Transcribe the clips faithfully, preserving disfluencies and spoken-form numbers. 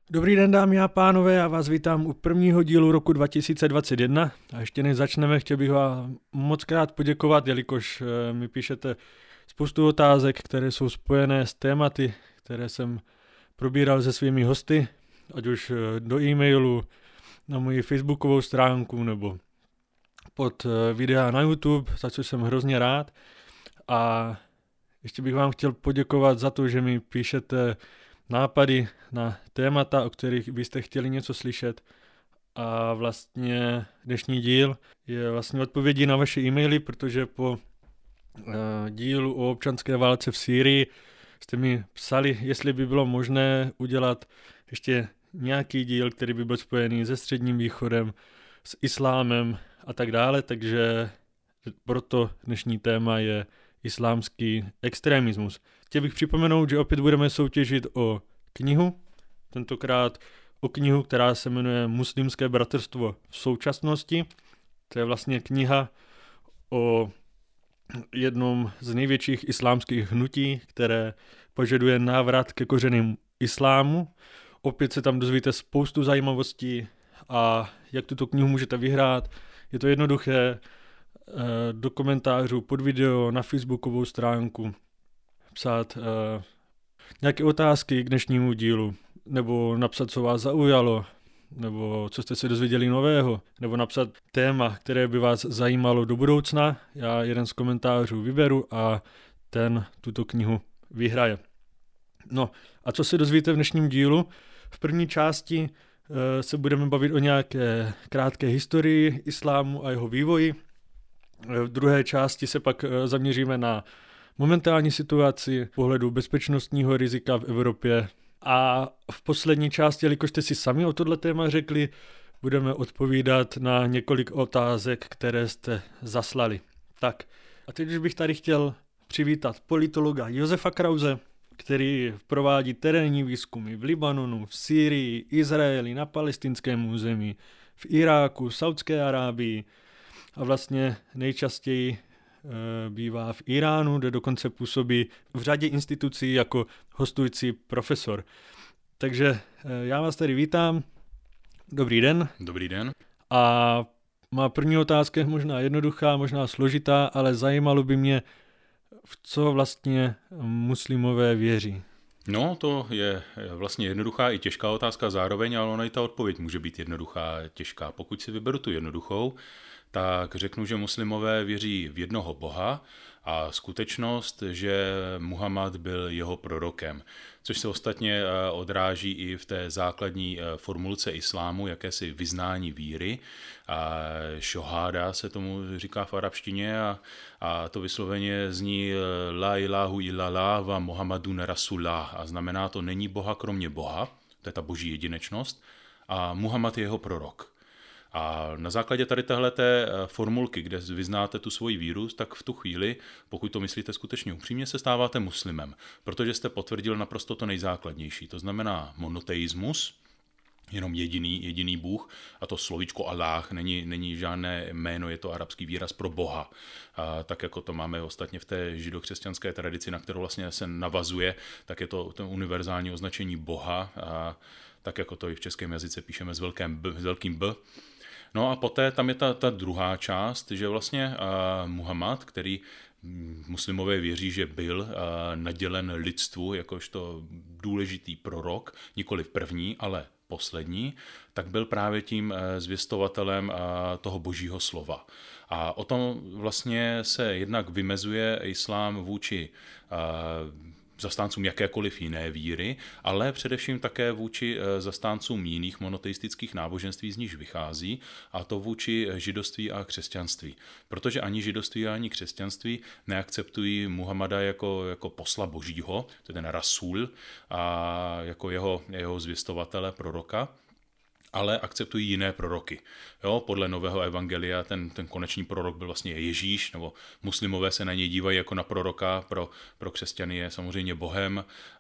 Dobrý den, dámy a pánové, já vás vítám u prvního dílu roku dva tisíce dvacet jedna a ještě než začneme, chtěl bych vám moc krát poděkovat, jelikož mi píšete spoustu otázek, které jsou spojené s tématy, které jsem probíral se svými hosty, ať už do e-mailu, na moji facebookovou stránku nebo pod videa na YouTube, za což jsem hrozně rád. A ještě bych vám chtěl poděkovat za to, že mi píšete nápady na témata, o kterých byste chtěli něco slyšet. A vlastně dnešní díl je vlastně odpovědí na vaše e-maily, protože po uh, dílu o občanské válce v Sýrii jste mi psali, jestli by bylo možné udělat ještě nějaký díl, který by byl spojený se Středním východem, s islámem a tak dále, takže proto dnešní téma je islámský extremismus. Chtěl bych připomenout, že opět budeme soutěžit o knihu, tentokrát o knihu, která se jmenuje Muslimské bratrstvo v současnosti. To je vlastně kniha o jednom z největších islámských hnutí, které požaduje návrat ke kořenům islámu. Opět se tam dozvíte spoustu zajímavostí a jak tuto knihu můžete vyhrát. Je to jednoduché, do komentářů pod video, na facebookovou stránku psát uh, nějaké otázky k dnešnímu dílu, nebo napsat, co vás zaujalo, nebo co jste se dozvěděli nového, nebo napsat téma, které by vás zajímalo do budoucna. Já jeden z komentářů vyberu a ten tuto knihu vyhraje. No a co se dozvíte v dnešním dílu? V první části uh, se budeme bavit o nějaké krátké historii islámu a jeho vývoji. V druhé části se pak zaměříme na momentální situaci pohledu bezpečnostního rizika v Evropě a v poslední části, jelikož jste si sami o tohle téma řekli, budeme odpovídat na několik otázek, které jste zaslali. Tak a teď už bych tady chtěl přivítat politologa Josefa Krause, který provádí terénní výzkumy v Libanonu, v Sýrii, Izraeli, na palestinském území, v Iráku, Saudské Arábii, a vlastně nejčastěji e, bývá v Iránu, kde dokonce působí v řadě institucí jako hostující profesor. Takže e, já vás tady vítám. Dobrý den. Dobrý den. A má první otázka je možná jednoduchá, možná složitá, ale zajímalo by mě, v co vlastně muslimové věří. No, to je vlastně jednoduchá i těžká otázka zároveň, ale ona i ta odpověď může být jednoduchá a těžká. Pokud si vyberu tu jednoduchou, tak řeknu, že muslimové věří v jednoho boha a skutečnost, že Muhammad byl jeho prorokem, což se ostatně odráží i v té základní formulce islámu, jakési vyznání víry. A šoháda se tomu říká v arabštině a, a to vysloveně zní la ilahu illallah wa Muhammadun rasulullah a znamená to není boha kromě boha, to je ta boží jedinečnost a Muhammad je jeho prorok. A na základě tady téhleté formulky, kde vyznáte tu svoji víru, tak v tu chvíli, pokud to myslíte skutečně upřímně, se stáváte muslimem, protože jste potvrdil naprosto to nejzákladnější, to znamená monoteismus, jenom jediný, jediný Bůh, a to slovíčko Allah není, není žádné jméno, je to arabský výraz pro Boha. A tak jako to máme ostatně v té židokřesťanské tradici, na kterou vlastně se navazuje, tak je to, to univerzální označení Boha, a tak jako to i v českém jazyce píšeme s, velkým B, s velkým B. No a poté tam je ta, ta druhá část, že vlastně uh, Muhammad, který muslimové věří, že byl uh, nadělen lidstvu jakožto důležitý prorok, nikoli první, ale poslední, tak byl právě tím uh, zvěstovatelem uh, toho božího slova. A o tom vlastně se jednak vymezuje islám vůči uh, zastáncům jakékoliv jiné víry, ale především také vůči zastáncům jiných monoteistických náboženství, z níž vychází, a to vůči židovství a křesťanství. Protože ani židovství, ani křesťanství neakceptují Muhammada jako, jako posla božího, to je ten rasul, a jako jeho, jeho zvěstovatele, proroka, ale akceptují jiné proroky. Jo, podle nového evangelia ten, ten konečný prorok byl vlastně Ježíš, nebo muslimové se na něj dívají jako na proroka, pro, pro křesťany je samozřejmě Bohem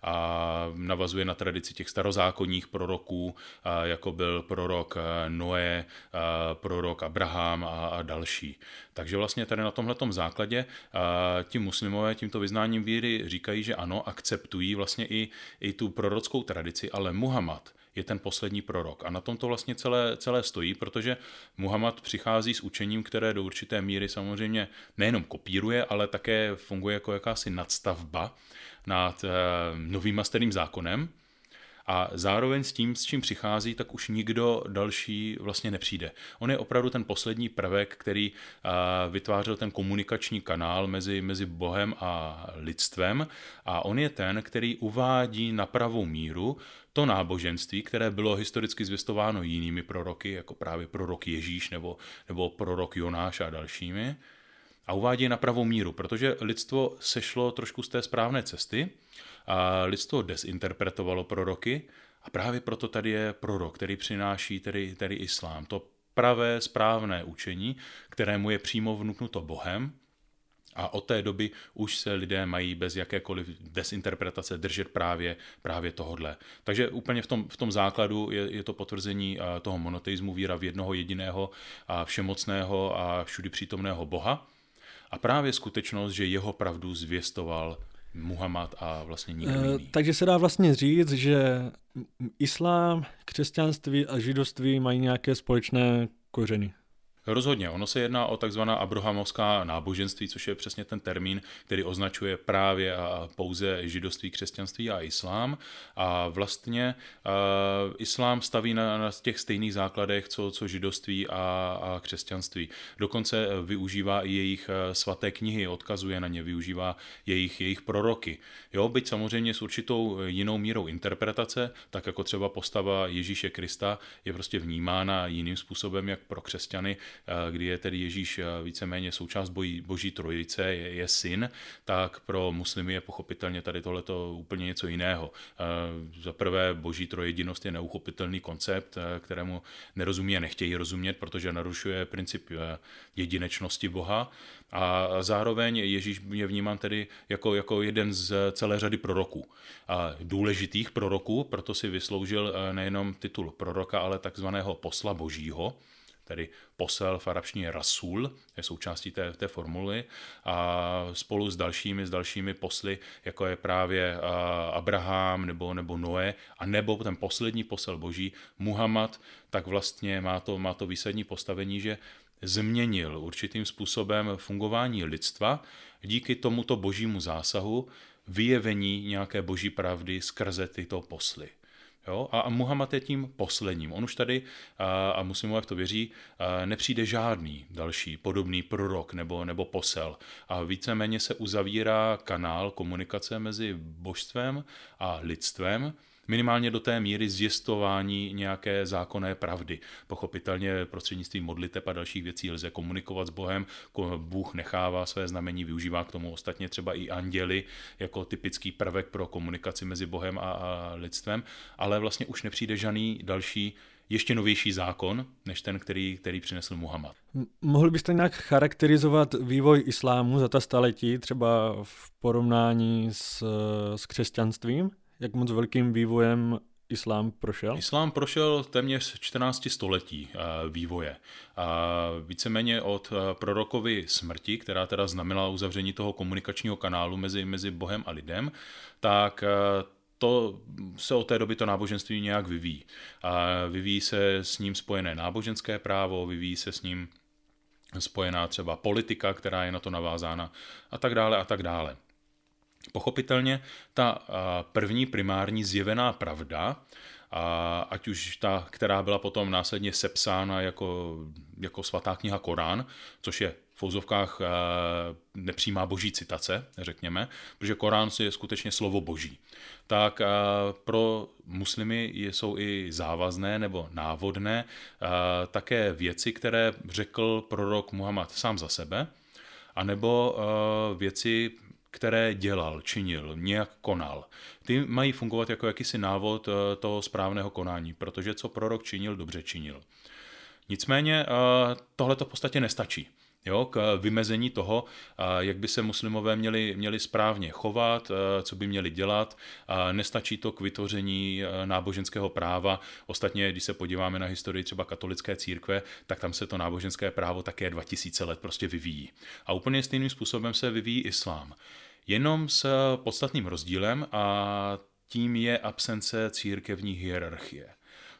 a navazuje na tradici těch starozákonních proroků, a jako byl prorok Noé, a prorok Abraham a, a další. Takže vlastně tady na tomhletom základě ti muslimové tímto vyznáním víry říkají, že ano, akceptují vlastně i, i tu prorockou tradici, ale Muhammad je ten poslední prorok. A na tom to vlastně celé, celé stojí, protože Muhammad přichází s učením, které do určité míry samozřejmě nejenom kopíruje, ale také funguje jako jakási nadstavba nad e, novým a starým zákonem. A zároveň s tím, s čím přichází, tak už nikdo další vlastně nepřijde. On je opravdu ten poslední prvek, který uh, vytvářel ten komunikační kanál mezi, mezi Bohem a lidstvem a on je ten, který uvádí na pravou míru to náboženství, které bylo historicky zvěstováno jinými proroky, jako právě prorok Ježíš nebo, nebo prorok Jonáš a dalšími, a uvádí na pravou míru, protože lidstvo sešlo trošku z té správné cesty a lidstvo desinterpretovalo proroky a právě proto tady je prorok, který přináší tedy, tedy islám. To pravé, správné učení, kterému je přímo vnuknuto Bohem a od té doby už se lidé mají bez jakékoliv desinterpretace držet právě, právě tohodle. Takže úplně v tom, v tom základu je, je to potvrzení toho monoteismu, víra v jednoho jediného a všemocného a všudy přítomného Boha. A právě skutečnost, že jeho pravdu zvěstoval Muhammad a vlastně nikdo jiný. Takže se dá vlastně říct, že islám, křesťanství a židovství mají nějaké společné kořeny. Rozhodně, ono se jedná o takzvaná abrahamovská náboženství, což je přesně ten termín, který označuje právě a pouze židovství, křesťanství a islám. A vlastně uh, islám staví na, na těch stejných základech, co, co židovství a, a křesťanství. Dokonce využívá i jejich svaté knihy, odkazuje na ně, využívá jejich, jejich proroky. Jo, byť samozřejmě s určitou jinou mírou interpretace, tak jako třeba postava Ježíše Krista je prostě vnímána jiným způsobem, jak pro křesťany, kdy je tedy Ježíš víceméně součást boží, boží trojice, je, je syn, tak pro muslimy je pochopitelně tady tohleto úplně něco jiného. Za prvé boží trojedinost je neuchopitelný koncept, kterému nerozumí a nechtějí rozumět, protože narušuje princip jedinečnosti Boha a zároveň Ježíš je vnímán tedy jako, jako jeden z celé řady proroků. A důležitých proroků, proto si vysloužil nejenom titul proroka, ale takzvaného posla božího, tedy posel v arabštině rasul, je součástí té, té formuly, a spolu s dalšími, s dalšími posly, jako je právě Abraham nebo, nebo Noé, a nebo ten poslední posel boží, Muhammad, tak vlastně má to, má to výsadní postavení, že změnil určitým způsobem fungování lidstva díky tomuto božímu zásahu, vyjevení nějaké boží pravdy skrze tyto posly. Jo? A Muhammad je tím posledním. On už tady, a, a muslimové v to věří, nepřijde žádný další podobný prorok nebo, nebo posel. A víceméně se uzavírá kanál komunikace mezi božstvem a lidstvem, minimálně do té míry zjistování nějaké zákonné pravdy. Pochopitelně prostřednictvím modliteb a dalších věcí lze komunikovat s Bohem. Bůh nechává své znamení, využívá k tomu ostatně třeba i anděly jako typický prvek pro komunikaci mezi Bohem a, a lidstvem, ale vlastně už nepřijde žádný další ještě novější zákon, než ten, který, který přinesl Muhammad. Mohl byste nějak charakterizovat vývoj islámu za ta staletí, třeba v porovnání s, s křesťanstvím? Jak moc velkým vývojem islám prošel? Islám prošel téměř čtrnáct století vývoje. Víceméně od prorokovy smrti, která teda znamenala uzavření toho komunikačního kanálu mezi, mezi Bohem a lidem, tak to se od té doby to náboženství nějak vyvíjí. Vyvíjí se s ním spojené náboženské právo, vyvíjí se s ním spojená třeba politika, která je na to navázána a tak dále a tak dále. Pochopitelně ta první primární zjevená pravda, ať už ta, která byla potom následně sepsána jako, jako svatá kniha Korán, což je v fouzovkách nepřímá boží citace, řekněme, protože Korán je skutečně slovo boží. Tak pro muslimy jsou i závazné nebo návodné také věci, které řekl prorok Muhammad sám za sebe, anebo věci, které dělal, činil, nějak konal. Ty mají fungovat jako jakýsi návod toho správného konání, protože co prorok činil, dobře činil. Nicméně tohle to v podstatě nestačí. Jo, k vymezení toho, jak by se muslimové měli, měli správně chovat, co by měli dělat. Nestačí to k vytvoření náboženského práva. Ostatně, když se podíváme na historii třeba katolické církve, tak tam se to náboženské právo také dva tisíce let prostě vyvíjí. A úplně stejným způsobem se vyvíjí islám. Jenom s podstatným rozdílem a tím je absence církevní hierarchie.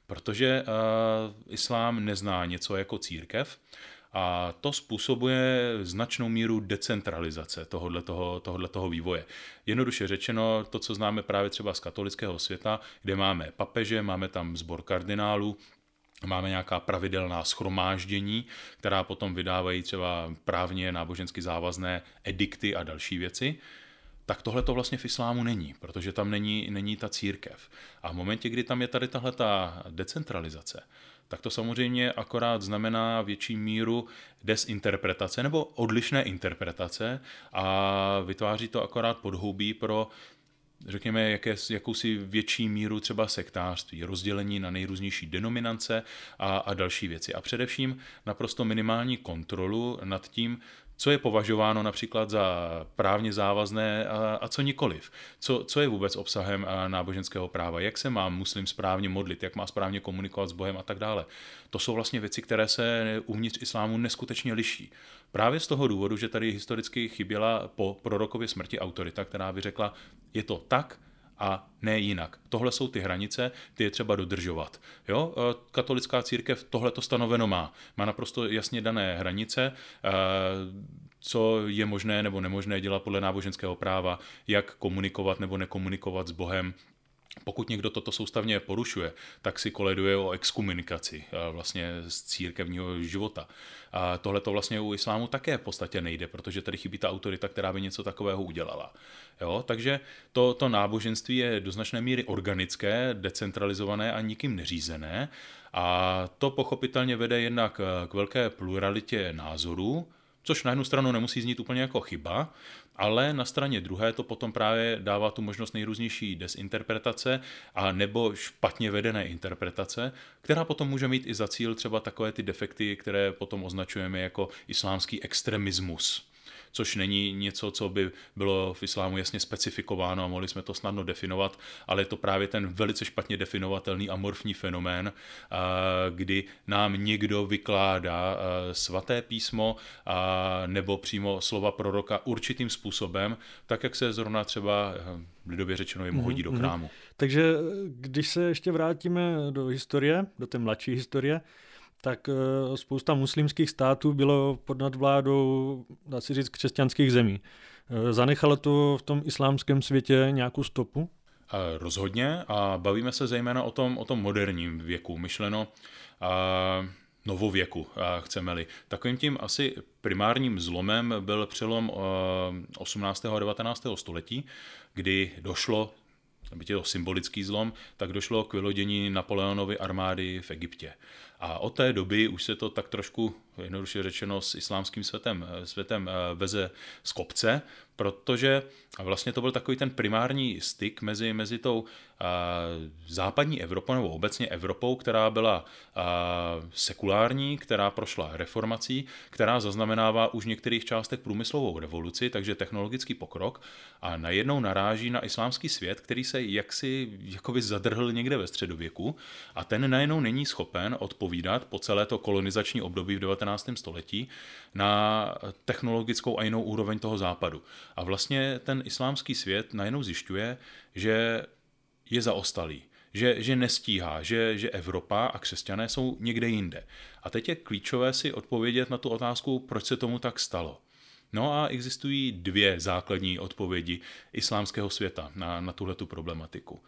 protože uh, islám nezná něco jako církev a to způsobuje značnou míru decentralizace tohoto, tohoto vývoje. Jednoduše řečeno, to, co známe právě třeba z katolického světa, kde máme papeže, máme tam sbor kardinálů, máme nějaká pravidelná shromáždění, která potom vydávají třeba právně nábožensky závazné edikty a další věci, tak tohle to vlastně v islámu není, protože tam není, není ta církev. A v momentě, kdy tam je tady tahle ta decentralizace, tak to samozřejmě akorát znamená větší míru desinterpretace nebo odlišné interpretace a vytváří to akorát podhoubí pro, řekněme, jaké, jakousi větší míru třeba sektářství, rozdělení na nejrůznější denominace a, a další věci. A především naprosto minimální kontrolu nad tím, co je považováno například za právně závazné a, a co nikoliv. Co, co je vůbec obsahem náboženského práva, jak se má muslim správně modlit, jak má správně komunikovat s Bohem a tak dále. To jsou vlastně věci, které se uvnitř islámu neskutečně liší. Právě z toho důvodu, že tady historicky chyběla po prorokově smrti autorita, která by řekla, je to tak a ne jinak. Tohle jsou ty hranice, ty je třeba dodržovat. Jo? Katolická církev tohle to stanoveno má. Má naprosto jasně dané hranice, co je možné nebo nemožné dělat podle náboženského práva, jak komunikovat nebo nekomunikovat s Bohem. Pokud někdo toto soustavně porušuje, tak si koleduje o exkomunikaci vlastně z církevního života. A tohle to vlastně u islámu také v podstatě nejde, protože tady chybí ta autorita, která by něco takového udělala. Jo? Takže to, to náboženství je do značné míry organické, decentralizované a nikým neřízené. A to pochopitelně vede jednak k velké pluralitě názorů, což na jednu stranu nemusí znít úplně jako chyba, ale na straně druhé to potom právě dává tu možnost nejrůznější desinterpretace a nebo špatně vedené interpretace, která potom může mít i za cíl třeba takové ty defekty, které potom označujeme jako islámský extremismus, což není něco, co by bylo v islámu jasně specifikováno a mohli jsme to snadno definovat, ale je to právě ten velice špatně definovatelný amorfní fenomén, kdy nám někdo vykládá svaté písmo nebo přímo slova proroka určitým způsobem, tak jak se zrovna třeba lidově řečeno jim hodí do krámu. Takže když se ještě vrátíme do historie, do té mladší historie, tak spousta muslimských států bylo pod nadvládou, dá se říct, křesťanských zemí. Zanechalo to v tom islámském světě nějakou stopu? Rozhodně a bavíme se zejména o tom, o tom moderním věku, myšleno a novověku, chceme-li. Takovým tím asi primárním zlomem byl přelom osmnáctého a devatenáctého století, kdy došlo, byť je to symbolický zlom, tak došlo k vylodění Napoleonovy armády v Egyptě. A od té doby už se to tak trošku, jednoduše řečeno, s islámským světem, světem veze z kopce, protože vlastně to byl takový ten primární styk mezi, mezi tou a, západní Evropou nebo obecně Evropou, která byla a, sekulární, která prošla reformací, která zaznamenává už v některých částech průmyslovou revoluci, takže technologický pokrok a najednou naráží na islámský svět, který se jaksi jakoby zadrhl někde ve středověku a ten najednou není schopen odpovídat po celé to kolonizační období v devatenáctém století na technologickou a jinou úroveň toho západu. A vlastně ten islámský svět najednou zjišťuje, že je zaostalý, že, že nestíhá, že, že Evropa a křesťané jsou někde jinde. A teď je klíčové si odpovědět na tu otázku, proč se tomu tak stalo. No a existují dvě základní odpovědi islámského světa na, na tuhletu problematiku.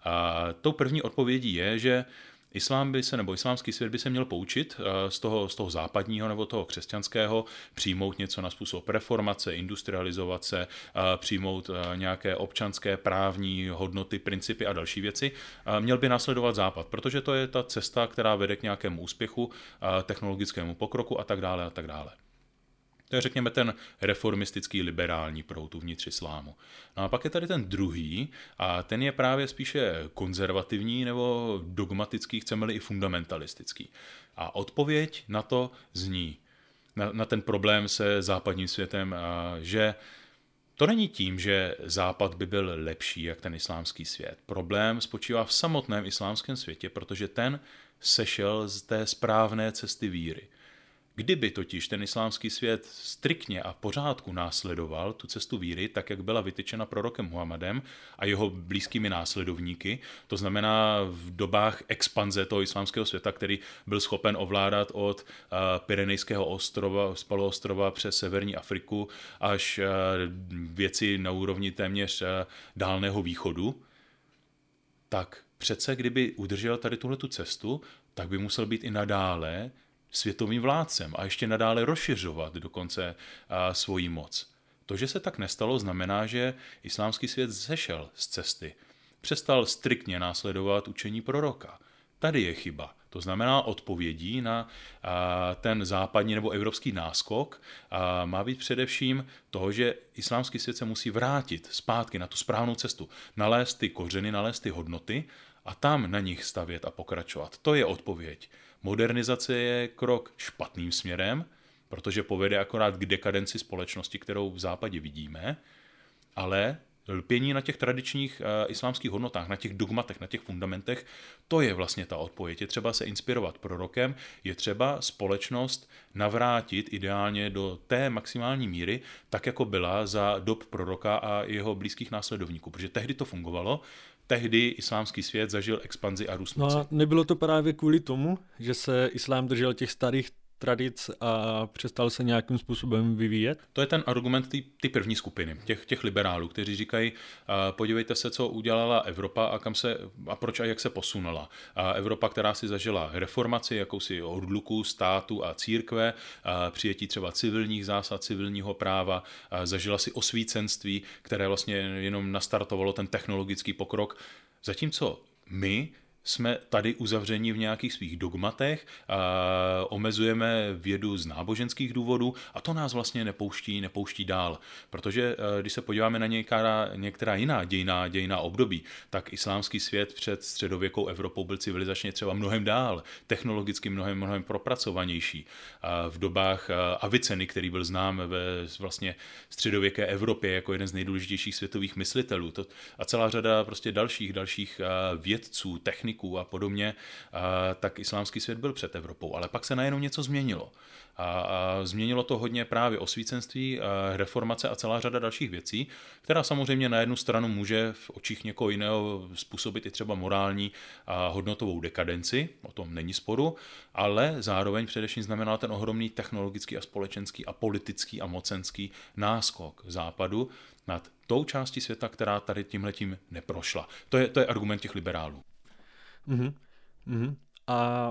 A tou první odpovědí je, že Islám by se, nebo islámský svět by se měl poučit z toho, z toho západního nebo toho křesťanského, přijmout něco na způsob reformace, industrializovat se, přijmout nějaké občanské právní hodnoty, principy a další věci. Měl by následovat západ, protože to je ta cesta, která vede k nějakému úspěchu, technologickému pokroku a tak dále a tak dále. To je, řekněme, ten reformistický liberální proud uvnitř islámu. No a pak je tady ten druhý a ten je právě spíše konzervativní nebo dogmatický, chceme-li i fundamentalistický. A odpověď na to zní, na, na ten problém se západním světem, že to není tím, že západ by byl lepší jak ten islámský svět. Problém spočívá v samotném islámském světě, protože ten sešel z té správné cesty víry. Kdyby totiž ten islámský svět striktně a v pořádku následoval tu cestu víry, tak jak byla vytyčena prorokem Muhammadem a jeho blízkými následovníky, to znamená v dobách expanze toho islámského světa, který byl schopen ovládat od uh, Pyrenejského ostrova, poloostrova přes severní Afriku až uh, věci na úrovni téměř uh, Dálného východu, tak přece kdyby udržel tady tuhletu cestu, tak by musel být i nadále světovým vládcem a ještě nadále rozšiřovat dokonce a, svoji moc. To, že se tak nestalo, znamená, že islámský svět zešel z cesty. Přestal striktně následovat učení proroka. Tady je chyba. To znamená odpovědí na a, ten západní nebo evropský náskok a, má být především toho, že islámský svět se musí vrátit zpátky na tu správnou cestu, nalézt ty kořeny, nalézt ty hodnoty a tam na nich stavět a pokračovat. To je odpověď. Modernizace je krok špatným směrem, protože povede akorát k dekadenci společnosti, kterou v západě vidíme, ale lpění na těch tradičních uh, islámských hodnotách, na těch dogmatech, na těch fundamentech, to je vlastně ta odpověď. Je třeba se inspirovat prorokem, je třeba společnost navrátit ideálně do té maximální míry, tak jako byla za dob proroka a jeho blízkých následovníků, protože tehdy to fungovalo. Tehdy islámský svět zažil expanzi a růst moci. No a nebylo to právě kvůli tomu, že se islám držel těch starých tradic a přestal se nějakým způsobem vyvíjet? To je ten argument ty, ty první skupiny, těch, těch liberálů, kteří říkají, uh, podívejte se, co udělala Evropa a kam se a proč a jak se posunula. Uh, Evropa, která si zažila reformaci, jakousi odluku státu a církve, uh, přijetí třeba civilních zásad, civilního práva, uh, zažila si osvícenství, které vlastně jenom nastartovalo ten technologický pokrok. Zatímco my jsme tady uzavření v nějakých svých dogmatech, a omezujeme vědu z náboženských důvodů a to nás vlastně nepouští, nepouští dál. Protože když se podíváme na některá, některá jiná dějná, dějná období, tak islámský svět před středověkou Evropou byl civilizačně třeba mnohem dál, technologicky mnohem, mnohem propracovanější. A v dobách Aviceny, který byl znám ve vlastně středověké Evropě jako jeden z nejdůležitějších světových myslitelů, to, a celá řada prostě dalších, dalších vědců, techniků a podobně, a, tak islámský svět byl před Evropou. Ale pak se najednou něco změnilo. A, a změnilo to hodně právě osvícenství, a reformace a celá řada dalších věcí, která samozřejmě na jednu stranu může v očích někoho jiného způsobit i třeba morální a hodnotovou dekadenci, o tom není sporu, ale zároveň především znamená ten ohromný technologický a společenský a politický a mocenský náskok západu nad tou částí světa, která tady tímhletím neprošla. To je, to je argument těch liberálů. Uhum. Uhum. A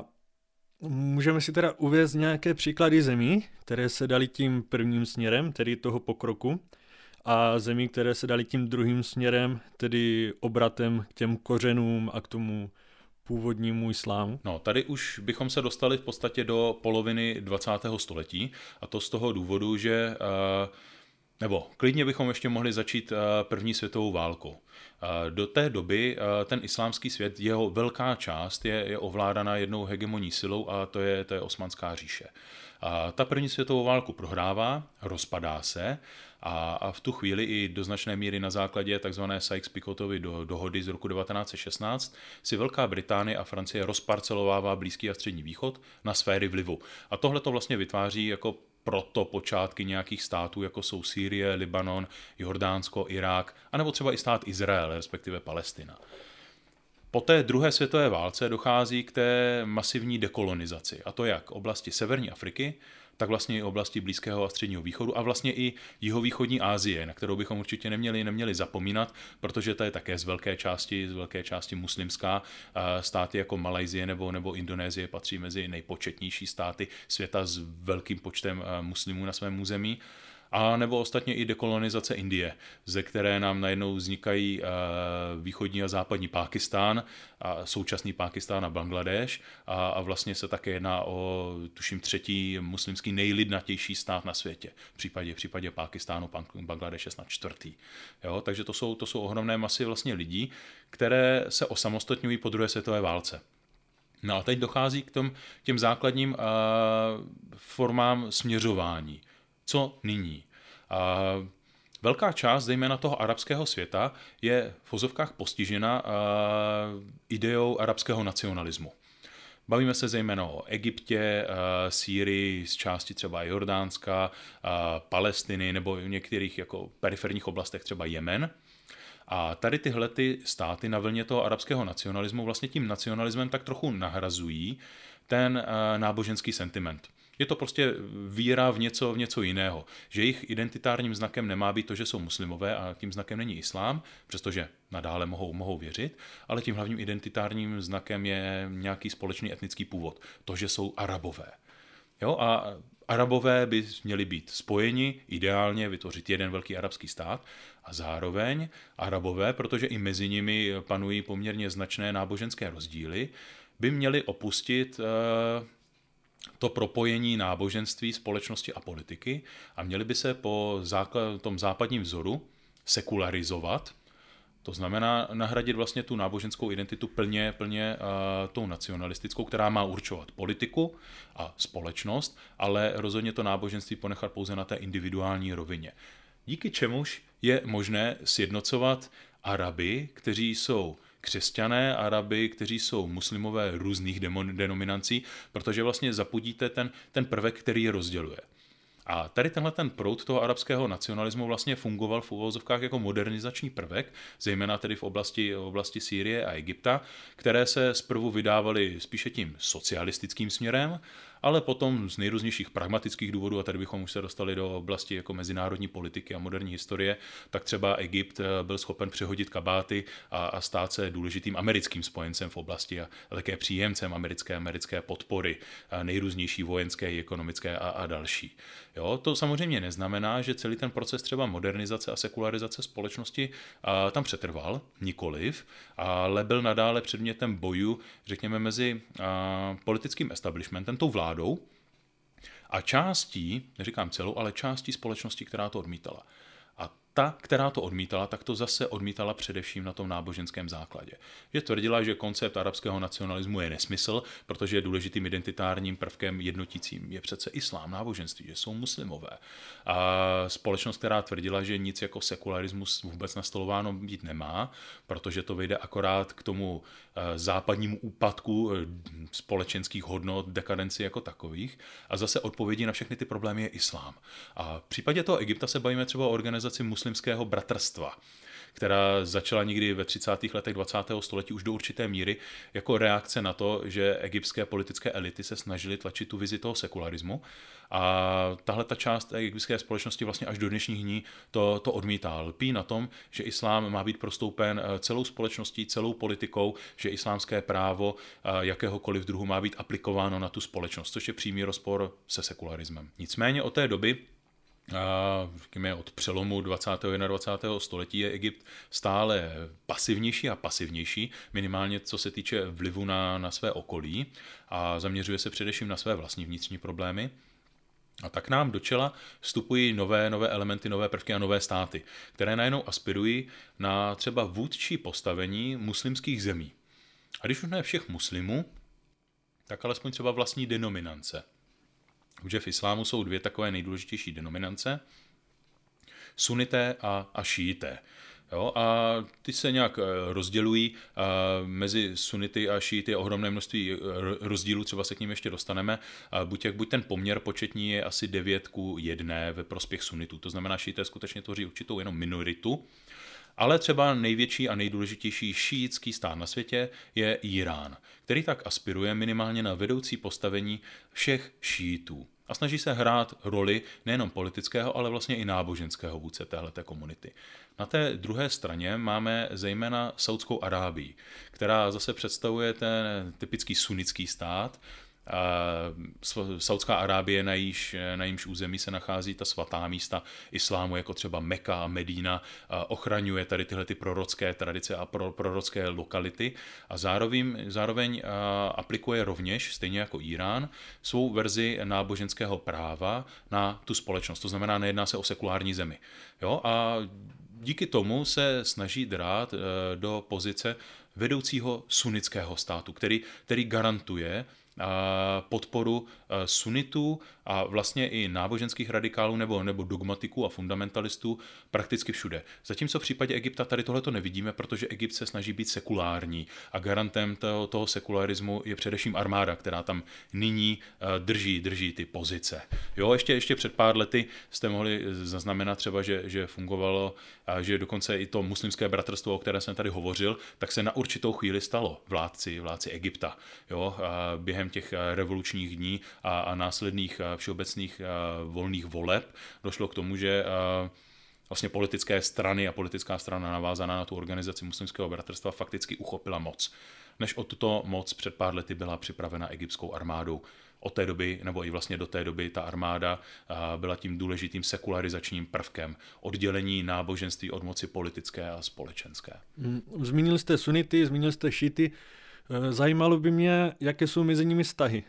můžeme si teda uvést nějaké příklady zemí, které se daly tím prvním směrem, tedy toho pokroku, a zemí, které se daly tím druhým směrem, tedy obratem k těm kořenům a k tomu původnímu islámu? No, tady už bychom se dostali v podstatě do poloviny dvacátého století a to z toho důvodu, že uh, nebo klidně bychom ještě mohli začít první světovou válkou. Do té doby ten islámský svět, jeho velká část je, je ovládaná jednou hegemonní silou a to je, to je Osmanská říše. A ta první světovou válku prohrává, rozpadá se a, a v tu chvíli i do značné míry na základě tzv. Sykes-Picottovy do, dohody z roku devatenáct set šestnáct si Velká Británie a Francie rozparcelovává Blízký a Střední východ na sféry vlivu. A tohle to vlastně vytváří jako proto počátky nějakých států, jako jsou Sýrie, Libanon, Jordánsko, Irák, anebo třeba i stát Izrael, respektive Palestina. Po té druhé světové válce dochází k té masivní dekolonizaci, a to jak oblasti severní Afriky, tak vlastně i oblasti Blízkého a Středního východu a vlastně i jihovýchodní Asie, na kterou bychom určitě neměli, neměli zapomínat, protože ta je také z velké části, z velké části muslimská. Státy jako Malajsie nebo, nebo Indonésie patří mezi nejpočetnější státy světa s velkým počtem muslimů na svém území. A nebo ostatně i dekolonizace Indie, ze které nám najednou vznikají východní a západní Pákistán, a současný Pákistán a Bangladeš a, a vlastně se také jedná o, tuším, třetí muslimský nejlidnatější stát na světě. V případě, v případě Pákistánu, Bangladeš je snad čtvrtý. Jo? Takže to jsou, to jsou ohromné masy vlastně lidí, které se osamostatňují po druhé světové válce. No a teď dochází k tom, těm základním uh, formám směřování. Co nyní? A velká část, zejména toho arabského světa, je v ozovkách postižena ideou arabského nacionalismu. Bavíme se zejména o Egyptě, Sýrii, z části třeba Jordánska, Palestiny nebo v některých jako periferních oblastech třeba Jemen. A tady tyhle ty státy na vlně toho arabského nacionalismu vlastně tím nacionalismem tak trochu nahrazují ten náboženský sentiment. Je to prostě víra v něco, v něco jiného. Že jejich identitárním znakem nemá být to, že jsou muslimové a tím znakem není islám, přestože nadále mohou, mohou věřit, ale tím hlavním identitárním znakem je nějaký společný etnický původ. To, že jsou Arabové. Jo? A Arabové by měli být spojeni, ideálně vytvořit jeden velký arabský stát a zároveň Arabové, protože i mezi nimi panují poměrně značné náboženské rozdíly, by měli opustit to propojení náboženství, společnosti a politiky a měli by se po základ, tom západním vzoru sekularizovat, to znamená nahradit vlastně tu náboženskou identitu plně, plně uh, tou nacionalistickou, která má určovat politiku a společnost, ale rozhodně to náboženství ponechat pouze na té individuální rovině. Díky čemuž je možné sjednocovat Araby, kteří jsou křesťané, Araby, kteří jsou muslimové různých denominací, protože vlastně zapudíte ten, ten prvek, který je rozděluje. A tady tenhle ten proud toho arabského nacionalismu vlastně fungoval v uvozovkách jako modernizační prvek, zejména tedy v oblasti, v oblasti Sýrie a Egypta, které se zprvu vydávaly spíše tím socialistickým směrem, ale potom z nejrůznějších pragmatických důvodů, a tady bychom už se dostali do oblasti jako mezinárodní politiky a moderní historie, tak třeba Egypt byl schopen přehodit kabáty a, a stát se důležitým americkým spojencem v oblasti a, a také příjemcem americké americké podpory, nejrůznější vojenské, ekonomické a, a další. Jo, to samozřejmě neznamená, že celý ten proces třeba modernizace a sekularizace společnosti a, tam přetrval, nikoliv, ale byl nadále předmětem boju, řekněme, mezi a, politickým establishmentem, tou vládou a částí, neříkám celou, ale částí společnosti, která to odmítala. A ta, která to odmítala, tak to zase odmítala především na tom náboženském základě. Že tvrdila, že koncept arabského nacionalismu je nesmysl, protože důležitým identitárním prvkem jednotícím je přece islám, náboženství, že jsou muslimové. A společnost, která tvrdila, že nic jako sekularismus vůbec nastolováno být nemá, protože to vejde akorát k tomu západnímu úpadku společenských hodnot, dekadenci jako takových. A zase odpovědí na všechny ty problémy je islám. A v případě toho Egypta se bavíme třeba o organizaci muslimského bratrstva, která začala někdy ve třicátých letech dvacátého století už do určité míry jako reakce na to, že egyptské politické elity se snažily tlačit tu vizi toho sekularismu a tahle ta část egyptské společnosti vlastně až do dnešních dní to, to odmítá. Lpí na tom, že islám má být prostoupen celou společností, celou politikou, že islámské právo jakéhokoliv druhu má být aplikováno na tu společnost, což je přímý rozpor se sekularismem. Nicméně od té doby, a řekněme od přelomu dvacátého a dvacátého prvního století je Egypt stále pasivnější a pasivnější, minimálně co se týče vlivu na, na své okolí a zaměřuje se především na své vlastní vnitřní problémy. A tak nám do čela vstupují nové, nové elementy, nové prvky a nové státy, které najednou aspirují na třeba vůdčí postavení muslimských zemí. A když už ne všech muslimů, tak alespoň třeba vlastní denominance. Takže v islámu jsou dvě takové nejdůležitější denominance, sunité a, a šíité. Jo, a ty se nějak rozdělují a mezi sunity a šíity je ohromné množství rozdílů, třeba se k ním ještě dostaneme. A buď, jak, buď ten poměr početní je asi devět ku jedné ve prospěch sunitů, to znamená, šíité skutečně tvoří určitou jenom minoritu, ale třeba největší a nejdůležitější šíitský stát na světě je Irán, který tak aspiruje minimálně na vedoucí postavení všech šíitů. A snaží se hrát roli nejenom politického, ale vlastně i náboženského vůdce téhleté komunity. Na té druhé straně máme zejména Saudskou Arábii, která zase představuje ten typický sunnický stát. Saudská Arábie, na jíž, na jímž území se nachází ta svatá místa islámu, jako třeba Meka a Medína, ochraňuje tady tyhle ty prorocké tradice a pro, prorocké lokality a zároveň, zároveň aplikuje rovněž, stejně jako Irán, svou verzi náboženského práva na tu společnost. To znamená, nejedná se o sekulární zemi. Jo? A díky tomu se snaží drát do pozice vedoucího sunnického státu, který, který garantuje podporu sunitů a vlastně i náboženských radikálů nebo, nebo dogmatiků a fundamentalistů prakticky všude. Zatímco v případě Egypta tady tohleto nevidíme, protože Egypt se snaží být sekulární a garantem toho, toho sekularismu je především armáda, která tam nyní drží, drží ty pozice. Jo, ještě, ještě před pár lety jste mohli zaznamenat třeba, že, že fungovalo, že dokonce i to muslimské bratrstvo, o které jsem tady hovořil, tak se na určitou chvíli stalo vládci, vládci Egypta. Jo, během těch revolučních dní a, a následných všeobecných volných voleb došlo k tomu, že vlastně politické strany a politická strana navázaná na tu organizaci muslimského bratrstva fakticky uchopila moc. Než o tuto moc před pár lety byla připravena egyptskou armádou. Od té doby, nebo i vlastně do té doby, ta armáda byla tím důležitým sekularizačním prvkem oddělení náboženství od moci politické a společenské. Zmínil jste sunity, zmínil jste šity. Zajímalo by mě, jaké jsou mezi nimi vztahy.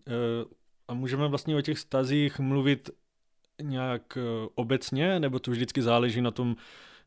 A můžeme vlastně o těch vztazích mluvit nějak obecně, nebo to vždycky záleží na tom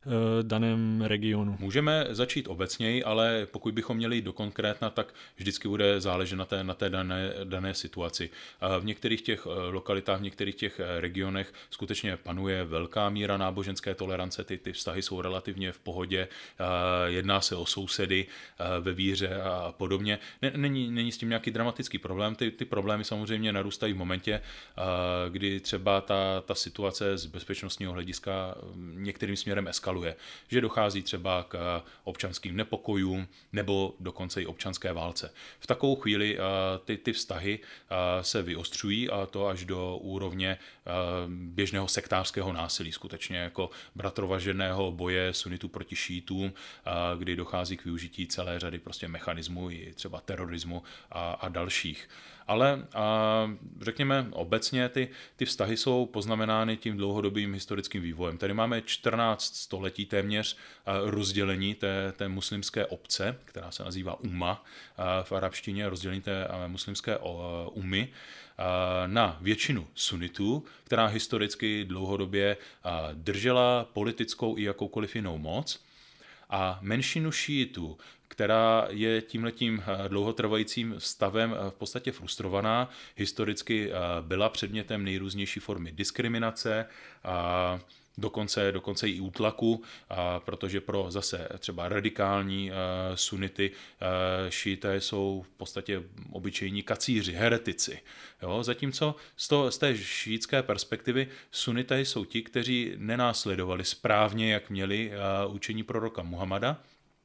daném regionu? Můžeme začít obecněji, ale pokud bychom měli jít do konkrétna, tak vždycky bude záležet na té, na té dané, dané situaci. V některých těch lokalitách, v některých těch regionech skutečně panuje velká míra náboženské tolerance, ty, ty vztahy jsou relativně v pohodě, jedná se o sousedy ve víře a podobně. Není, není s tím nějaký dramatický problém, ty, ty problémy samozřejmě narůstají v momentě, kdy třeba ta, ta situace z bezpečnostního hlediska některým směrem eskaluje. Že dochází třeba k občanským nepokojům nebo dokonce i občanské válce. V takovou chvíli ty, ty vztahy se vyostřují a to až do úrovně běžného sektářského násilí, skutečně jako bratrovaženého boje sunitů proti šítům, kdy dochází k využití celé řady prostě mechanismů, i třeba terorismu a, a dalších. Ale a řekněme obecně ty, ty vztahy jsou poznamenány tím dlouhodobým historickým vývojem. Tady máme čtrnáct století téměř rozdělení té, té muslimské obce, která se nazývá umma v arabštině, rozdělení té muslimské ummy na většinu sunitů, která historicky dlouhodobě držela politickou i jakoukoliv jinou moc, a menšinu šíitů, která je tímhletím dlouhotrvajícím stavem v podstatě frustrovaná, historicky byla předmětem nejrůznější formy diskriminace, a dokonce, dokonce i útlaku, a protože pro zase třeba radikální uh, sunity uh, šíité jsou v podstatě obyčejní kacíři, heretici. Jo? Zatímco z, to, z té šíitské perspektivy sunité jsou ti, kteří nenásledovali správně, jak měli uh, učení proroka Muhammada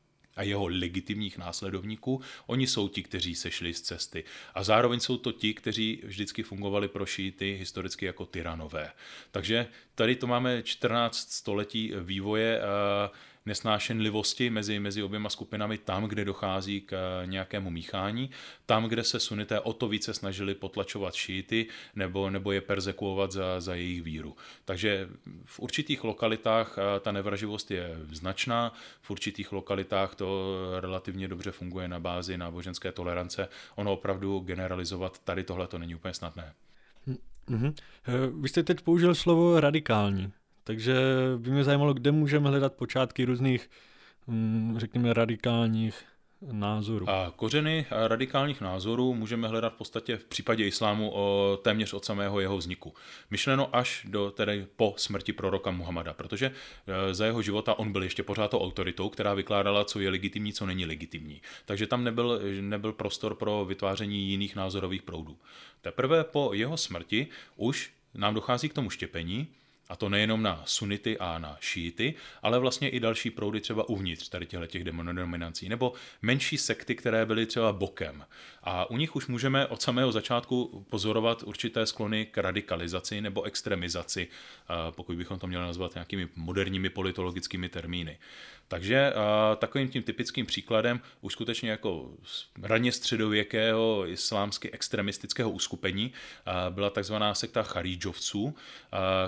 a jeho legitimních následovníků, oni jsou ti, kteří sešli z cesty. A zároveň jsou to ti, kteří vždycky fungovali pro šíity historicky jako tyranové. Takže tady to máme čtrnáct století vývoje nesnášenlivosti mezi, mezi oběma skupinami tam, kde dochází k nějakému míchání, tam, kde se sunité o to více snažili potlačovat šíity nebo, nebo je perzekuovat za, za jejich víru. Takže v určitých lokalitách ta nevraživost je značná, v určitých lokalitách to relativně dobře funguje na bázi náboženské tolerance. Ono opravdu generalizovat tady tohle to není úplně snadné. Mm-hmm. Vy jste teď použil slovo radikální. Takže by mě zajímalo, kde můžeme hledat počátky různých, řekněme, radikálních názorů. A kořeny radikálních názorů můžeme hledat v podstatě v případě islámu o, téměř od samého jeho vzniku. Myšleno až do tedy po smrti proroka Muhammada, protože za jeho života on byl ještě pořád tou autoritou, která vykládala, co je legitimní, co není legitimní. Takže tam nebyl, nebyl prostor pro vytváření jiných názorových proudů. Teprve po jeho smrti už nám dochází k tomu štěpení, a to nejenom na sunity a na šíity, ale vlastně i další proudy třeba uvnitř tady těch denominací, nebo menší sekty, které byly třeba bokem. A u nich už můžeme od samého začátku pozorovat určité sklony k radikalizaci nebo extremizaci, pokud bychom to měli nazvat nějakými moderními politologickými termíny. Takže takovým tím typickým příkladem už skutečně jako raně středověkého islámsky extremistického uskupení byla takzvaná sekta Charídžovců, která se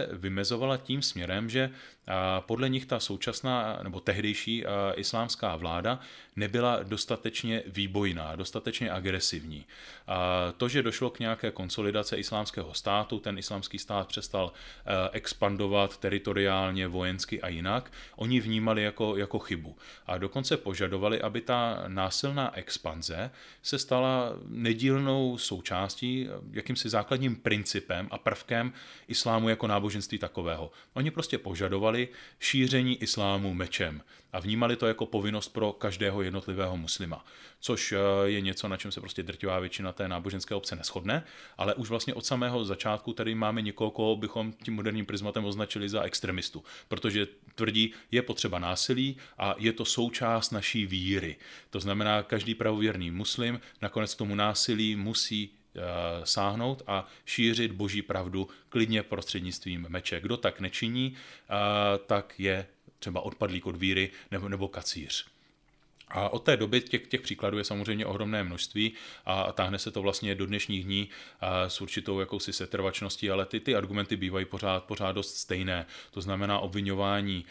se vymezovala tím směrem, že podle nich ta současná nebo tehdejší islámská vláda nebyla dostatečně výbojná, dostatečně agresivní. A to, že došlo k nějaké konsolidace islámského státu, ten islámský stát přestal expandovat teritoriálně, vojensky a jinak, oni vnímali jako, jako chybu. A dokonce požadovali, aby ta násilná expanze se stala nedílnou součástí, jakýmsi základním principem a prvkem islámu jako náboženství takového. Oni prostě požadovali šíření islámu mečem a vnímali to jako povinnost pro každého jednotlivého muslima, což je něco, na čem se prostě drtivá většina té náboženské obce neshodne, ale už vlastně od samého začátku tady máme někoho, koho bychom tím moderním prismatem označili za extremistu, protože tvrdí, je potřeba násilí a je to součást naší víry. To znamená, každý pravověrný muslim nakonec k tomu násilí musí sáhnout a šířit boží pravdu klidně prostřednictvím meče. Kdo tak nečiní, tak je třeba odpadlík od víry nebo, nebo kacíř. A od té doby těch, těch příkladů je samozřejmě ohromné množství a táhne se to vlastně do dnešních dní s určitou jakousi setrvačností, ale ty, ty argumenty bývají pořád, pořád dost stejné. To znamená obviňování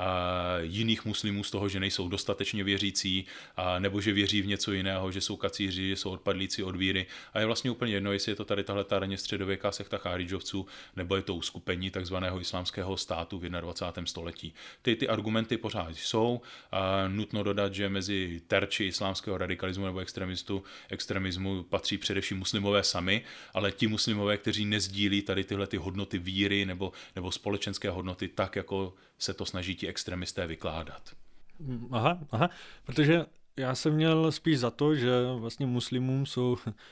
jiných muslimů z toho, že nejsou dostatečně věřící, nebo že věří v něco jiného, že jsou kacíři, že jsou odpadlíci od víry. A je vlastně úplně jedno, jestli je to tady tahle raně středověká sekta cháridžovců, nebo je to uskupení takzvaného islámského státu v dvacátém prvním století. Ty, ty argumenty pořád jsou. A nutno dodat, že mezi terči islámského radikalismu nebo extremistu, extremismu patří především muslimové sami, ale ti muslimové, kteří nezdílí tady tyhle ty hodnoty víry nebo, nebo společenské hodnoty tak, jako se to snaží ti extremisté vykládat. Aha, aha, protože já jsem měl spíš za to, že vlastně muslimům jsou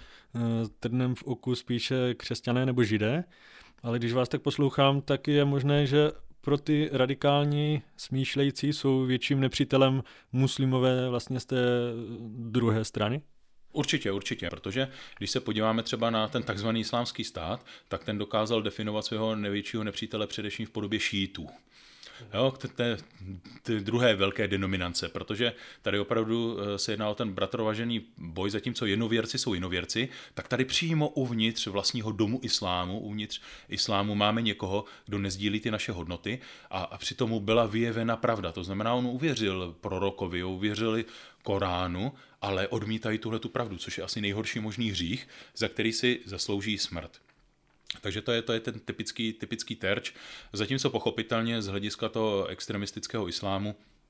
trnem v oku spíše křesťané nebo židé, ale když vás tak poslouchám, tak je možné, že pro ty radikální smýšlející jsou větším nepřítelem muslimové vlastně z té druhé strany? Určitě, určitě, protože když se podíváme třeba na ten takzvaný islámský stát, tak ten dokázal definovat svého největšího nepřítele především v podobě šíitů. Jo, té, té druhé velké denominance, protože tady opravdu se jedná o ten bratrovažený boj, zatímco jednověrci jsou jednověrci, tak tady přímo uvnitř vlastního domu islámu, uvnitř islámu máme někoho, kdo nezdílí ty naše hodnoty a, a přitom mu byla vyjevena pravda. To znamená, on uvěřil prorokovi, uvěřili Koránu, ale odmítají tuhletu pravdu, což je asi nejhorší možný hřích, za který si zaslouží smrt. Takže to je, to je ten typický, typický terč. Zatímco pochopitelně z hlediska toho extremistického islámu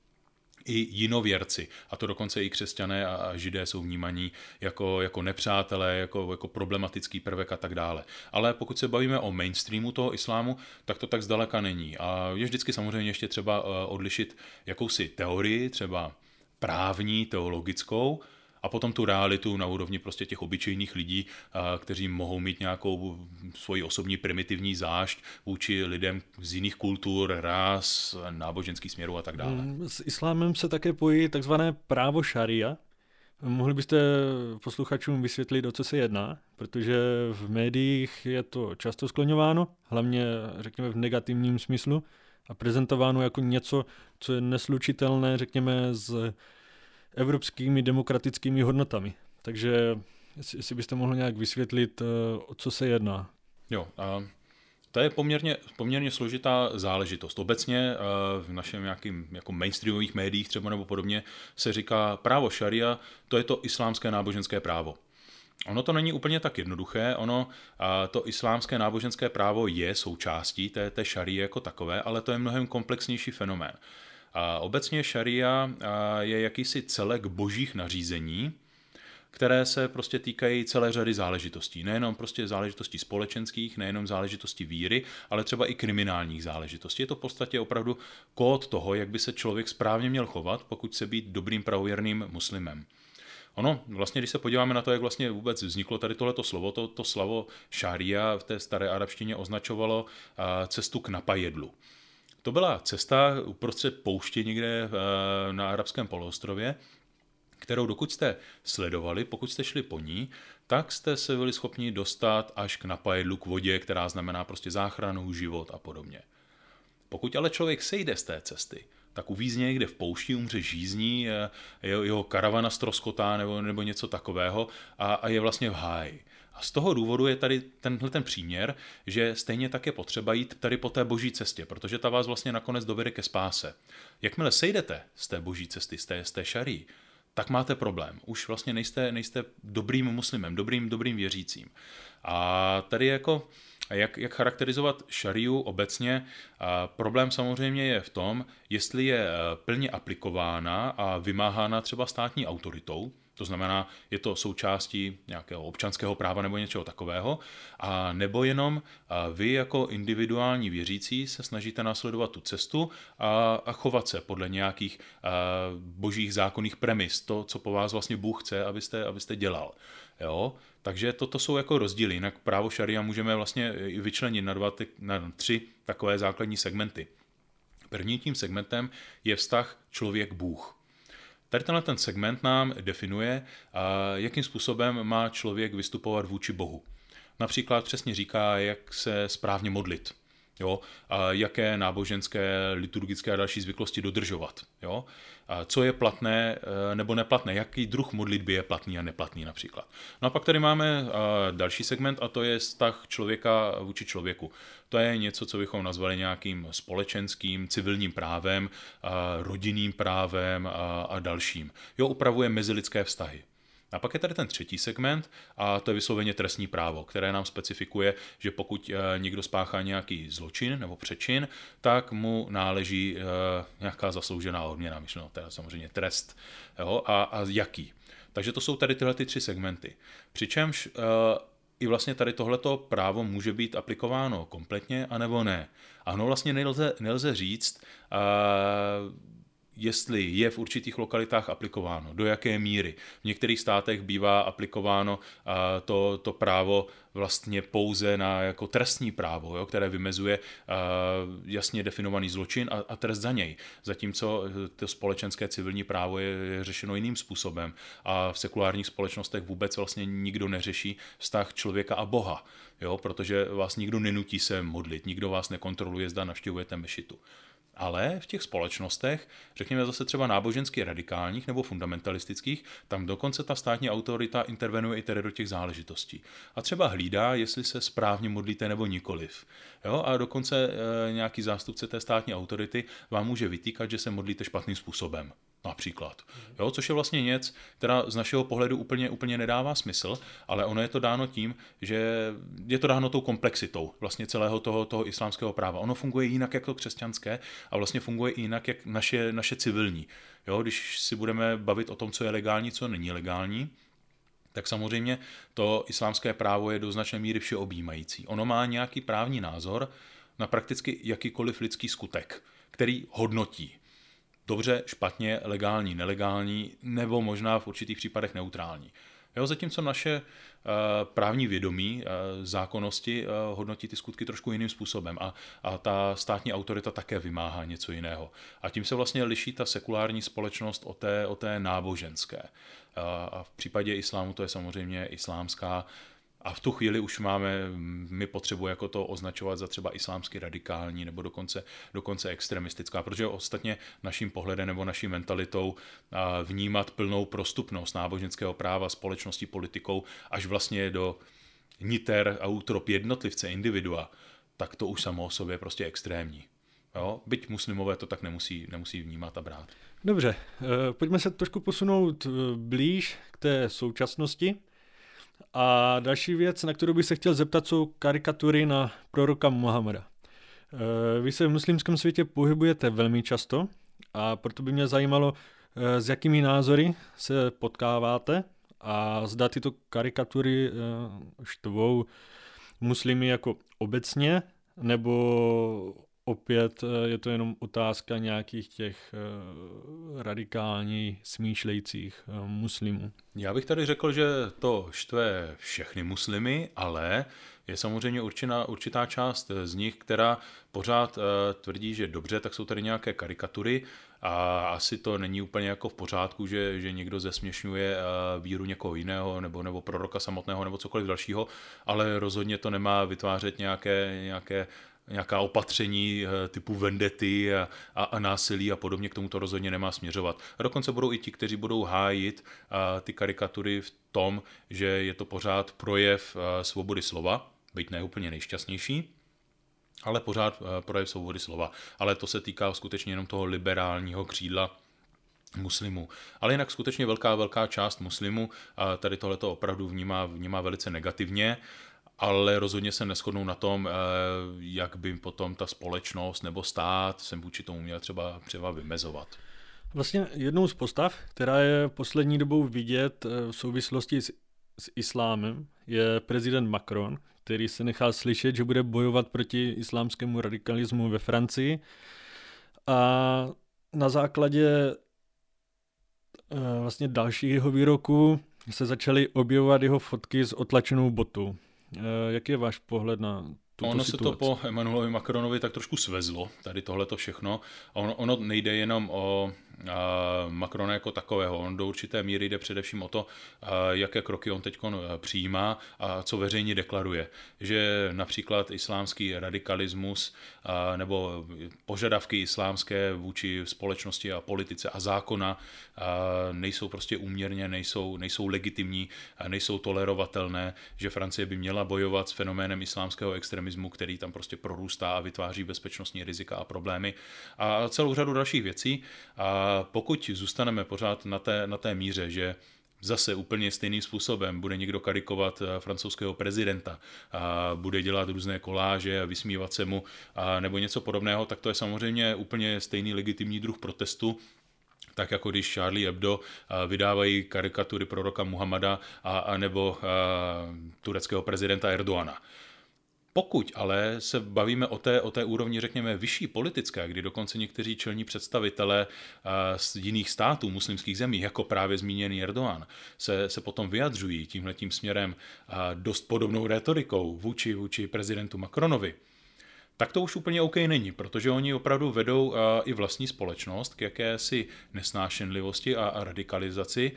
i jinověrci, a to dokonce i křesťané a židé jsou vnímaní jako, jako nepřátelé, jako, jako problematický prvek a tak dále. Ale pokud se bavíme o mainstreamu toho islámu, tak to tak zdaleka není. A je vždycky samozřejmě ještě třeba odlišit jakousi teorii, třeba právní, teologickou, a potom tu realitu na úrovni prostě těch obyčejných lidí, kteří mohou mít nějakou svoji osobní primitivní zášť vůči lidem z jiných kultur, ras, náboženských směrů a tak dále. S islámem se také pojí takzvané právo šaria. Mohli byste posluchačům vysvětlit, o co se jedná? Protože v médiích je to často skloňováno, hlavně řekněme v negativním smyslu, a prezentováno jako něco, co je neslučitelné, řekněme, s evropskými demokratickými hodnotami. Takže jestli byste mohli nějak vysvětlit, o co se jedná. Jo, a to je poměrně, poměrně složitá záležitost. Obecně v našem nějakým jako mainstreamových médiích třeba nebo podobně se říká právo šaria, to je to islámské náboženské právo. Ono to není úplně tak jednoduché, ono to islámské náboženské právo je součástí té, té šarie jako takové, ale to je mnohem komplexnější fenomén. A obecně šaria je jakýsi celek božích nařízení, které se prostě týkají celé řady záležitostí. Nejenom prostě záležitostí společenských, nejenom záležitostí víry, ale třeba i kriminálních záležitostí. Je to v podstatě opravdu kód toho, jak by se člověk správně měl chovat, pokud chce být dobrým pravověrným muslimem. Ono, vlastně, když se podíváme na to, jak vlastně vůbec vzniklo tady tohleto slovo, to, to slovo šaria v té staré arabštině označovalo cestu k napajedlu. To byla cesta uprostřed pouště někde na arabském poloostrově, kterou dokud jste sledovali, pokud jste šli po ní, tak jste se byli schopni dostat až k napajedlu, k vodě, která znamená prostě záchranu, život a podobně. Pokud ale člověk sejde z té cesty, tak uvízne někde v poušti, umře žízní, jeho, jeho karavana ztroskotá nebo, nebo něco takového a, a je vlastně v háji. A z toho důvodu je tady tenhle ten příměr, že stejně tak je potřeba jít tady po té boží cestě, protože ta vás vlastně nakonec dovede ke spáse. Jakmile sejdete z té boží cesty, z té, z té šarii, tak máte problém. Už vlastně nejste, nejste dobrým muslimem, dobrým, dobrým věřícím. A tady jako, jak, jak charakterizovat šariu obecně, a problém samozřejmě je v tom, jestli je plně aplikována a vymáhána třeba státní autoritou, to znamená, je to součástí nějakého občanského práva nebo něčeho takového, a nebo jenom vy jako individuální věřící se snažíte následovat tu cestu a, a chovat se podle nějakých a, božích zákonných premis, to, co po vás vlastně Bůh chce, abyste, abyste dělal. Jo? Takže toto jsou jako rozdíly, jinak právo šaria můžeme vlastně vyčlenit na, dva, na tři takové základní segmenty. Prvním tím segmentem je vztah člověk-Bůh. Tady tenhle ten segment nám definuje, jakým způsobem má člověk vystupovat vůči Bohu. Například přesně říká, jak se správně modlit, jo? A jaké náboženské, liturgické a další zvyklosti dodržovat. Jo? A co je platné nebo neplatné, jaký druh modlitby je platný a neplatný například. No a pak tady máme další segment a to je vztah člověka vůči člověku. To je něco, co bychom nazvali nějakým společenským, civilním právem, rodinným právem a dalším. Jo, upravuje mezilidské vztahy. A pak je tady ten třetí segment a to je vysloveně trestní právo, které nám specifikuje, že pokud někdo spáchá nějaký zločin nebo přečin, tak mu náleží nějaká zasloužená odměna, myšleno teda samozřejmě trest. Jo, a, a jaký. Takže to jsou tady tyhle ty tři segmenty. Přičemž i vlastně tady tohleto právo může být aplikováno kompletně, anebo ne. A ono vlastně nelze, nelze říct, uh, jestli je v určitých lokalitách aplikováno, do jaké míry. V některých státech bývá aplikováno uh, to, to právo vlastně pouze na jako trestní právo, jo, které vymezuje uh, jasně definovaný zločin a, a trest za něj. Zatímco to společenské civilní právo je, je řešeno jiným způsobem a v sekulárních společnostech vůbec vlastně nikdo neřeší vztah člověka a Boha, jo, protože vás nikdo nenutí se modlit, nikdo vás nekontroluje, zda navštěvujete mešitu. Ale v těch společnostech, řekněme zase třeba nábožensky radikálních nebo fundamentalistických, tam dokonce ta státní autorita intervenuje i tedy do těch záležitostí. A třeba hlídá, jestli se správně modlíte nebo nikoliv. Jo? A dokonce e, nějaký zástupce té státní autority vám může vytýkat, že se modlíte špatným způsobem. Například. Jo, což je vlastně něco, která z našeho pohledu úplně, úplně nedává smysl, ale ono je to dáno tím, že je to dáno tou komplexitou vlastně celého toho, toho islámského práva. Ono funguje jinak jako křesťanské a vlastně funguje i jinak jak naše, naše civilní. Jo, když si budeme bavit o tom, co je legální, co není legální, tak samozřejmě to islámské právo je do značné míry všeobjímající. Ono má nějaký právní názor na prakticky jakýkoliv lidský skutek, který hodnotí. Dobře, špatně, legální, nelegální, nebo možná v určitých případech neutrální. Jo, zatímco naše uh, právní vědomí, uh, zákonnosti uh, hodnotí ty skutky trošku jiným způsobem a, a ta státní autorita také vymáhá něco jiného. A tím se vlastně liší ta sekulární společnost od té, od té náboženské. Uh, a v případě islámu to je samozřejmě islámská. A v tu chvíli už máme, my potřebujeme jako to označovat za třeba islámsky radikální nebo dokonce, dokonce extremistická, protože ostatně naším pohledem nebo naší mentalitou vnímat plnou prostupnost náboženského práva, společnosti, politikou až vlastně do niter a útrop jednotlivce, individua, tak to už samo o sobě je prostě extrémní. Jo? Byť muslimové to tak nemusí, nemusí vnímat a brát. Dobře, pojďme se trošku posunout blíž k té současnosti. A další věc, na kterou bych se chtěl zeptat, jsou karikatury na proroka Mohameda. Vy se v muslimském světě pohybujete velmi často a proto by mě zajímalo, s jakými názory se potkáváte a zda tyto karikatury štvou muslimy jako obecně, nebo opět je to jenom otázka nějakých těch radikální smýšlejících muslimů. Já bych tady řekl, že to štve všechny muslimy, ale je samozřejmě určitá, určitá část z nich, která pořád uh, tvrdí, že dobře, tak jsou tady nějaké karikatury a asi to není úplně jako v pořádku, že, že někdo zesměšňuje uh, víru někoho jiného nebo, nebo proroka samotného nebo cokoliv dalšího, ale rozhodně to nemá vytvářet nějaké, nějaké nějaká opatření typu vendety a, a, a násilí a podobně, k tomu to rozhodně nemá směřovat. A dokonce budou i ti, kteří budou hájit a, ty karikatury v tom, že je to pořád projev a, svobody slova, byť ne úplně nejšťastnější, ale pořád a, projev svobody slova. Ale to se týká skutečně jenom toho liberálního křídla muslimů. Ale jinak skutečně velká, velká část muslimů a tady tohleto opravdu vnímá, vnímá velice negativně, ale rozhodně se neshodnou na tom, jak by potom ta společnost nebo stát se vůči tomu měl třeba, třeba vymezovat. Vlastně jednou z postav, která je poslední dobou vidět v souvislosti s, s islámem, je prezident Macron, který se nechal slyšet, že bude bojovat proti islámskému radikalismu ve Francii. A na základě vlastně dalších jeho výroků se začaly objevovat jeho fotky s otlačenou botou. Jak je váš pohled na tuto ono situaci? Se to po Emmanuelovi Macronovi tak trošku svezlo, tady tohleto všechno. Ono, ono nejde jenom o a, Macrona jako takového, on do určité míry jde především o to, a, jaké kroky on teď přijímá a co veřejně deklaruje. Že například islámský radikalismus a, nebo požadavky islámské vůči společnosti a politice a zákona a, nejsou prostě úměrně, nejsou, nejsou legitimní, a nejsou tolerovatelné, že Francie by měla bojovat s fenoménem islámského extremismu, který tam prostě prorůstá a vytváří bezpečnostní rizika a problémy a celou řadu dalších věcí. A pokud zůstaneme pořád na té, na té míře, že zase úplně stejným způsobem bude někdo karikovat francouzského prezidenta a bude dělat různé koláže a vysmívat se mu a nebo něco podobného, tak to je samozřejmě úplně stejný legitimní druh protestu, tak jako když Charlie Hebdo vydávají karikatury proroka Muhammada a, a nebo a, tureckého prezidenta Erdoana. Pokud ale se bavíme o té, o té úrovni, řekněme, vyšší politické, kdy dokonce někteří čelní představitelé z jiných států, muslimských zemí, jako právě zmíněný Erdogan, se, se potom vyjadřují tímhletím směrem dost podobnou rétorikou vůči, vůči prezidentu Macronovi, tak to už úplně OK není, protože oni opravdu vedou i vlastní společnost k jakési nesnášenlivosti a radikalizaci,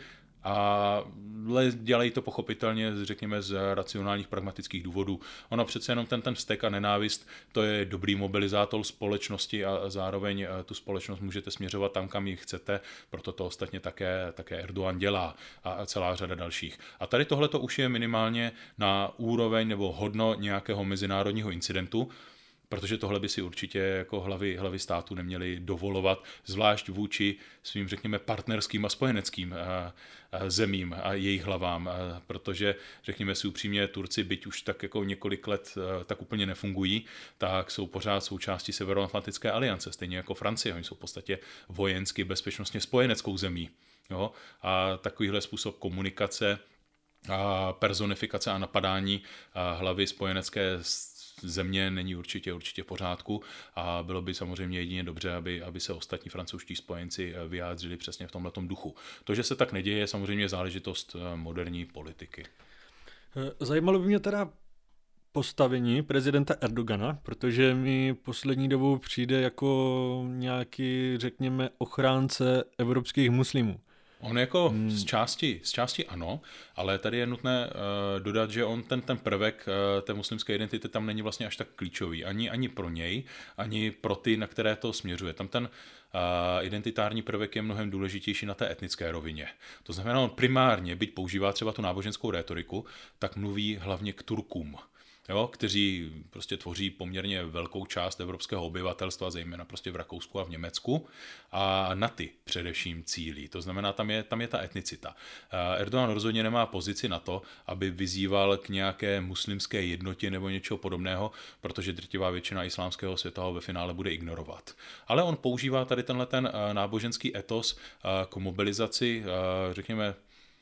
a dělají to pochopitelně, řekněme, z racionálních pragmatických důvodů. Ono přece jenom ten, ten vztek a nenávist, to je dobrý mobilizátor společnosti a zároveň tu společnost můžete směřovat tam, kam ji chcete, proto to ostatně také, také Erdogan dělá a celá řada dalších. A tady tohleto už je minimálně na úroveň nebo hodno nějakého mezinárodního incidentu, protože tohle by si určitě jako hlavy, hlavy státu neměly dovolovat, zvlášť vůči svým, řekněme, partnerským a spojeneckým a, a zemím a jejich hlavám, a protože, řekněme si upřímně, Turci, byť už tak jako několik let tak úplně nefungují, tak jsou pořád součástí Severoatlantické aliance, stejně jako Francie, oni jsou v podstatě vojensky, bezpečnostně spojeneckou zemí. Jo? A takovýhle způsob komunikace a personifikace a napadání a hlavy spojenecké země není určitě určitě v pořádku a bylo by samozřejmě jedině dobře, aby, aby se ostatní francouzští spojenci vyjádřili přesně v tomhletom duchu. To, že se tak neděje, je samozřejmě záležitost moderní politiky. Zajímalo by mě teda postavení prezidenta Erdogana, protože mi poslední dobou přijde jako nějaký, řekněme, ochránce evropských muslimů. On jako hmm. z části, z části ano, ale tady je nutné uh, dodat, že on ten, ten prvek uh, té muslimské identity tam není vlastně až tak klíčový. Ani, ani pro něj, ani pro ty, na které to směřuje. Tam ten uh, identitární prvek je mnohem důležitější na té etnické rovině. To znamená, on primárně, byť používá třeba tu náboženskou rétoriku, tak mluví hlavně k Turkům. Jo, kteří prostě tvoří poměrně velkou část evropského obyvatelstva, zejména prostě v Rakousku a v Německu, a na ty především cílí. To znamená, tam je, tam je ta etnicita. Erdogan rozhodně nemá pozici na to, aby vyzýval k nějaké muslimské jednotě nebo něčeho podobného, protože drtivá většina islámského světa ho ve finále bude ignorovat. Ale on používá tady tenhle ten náboženský etos k mobilizaci, řekněme,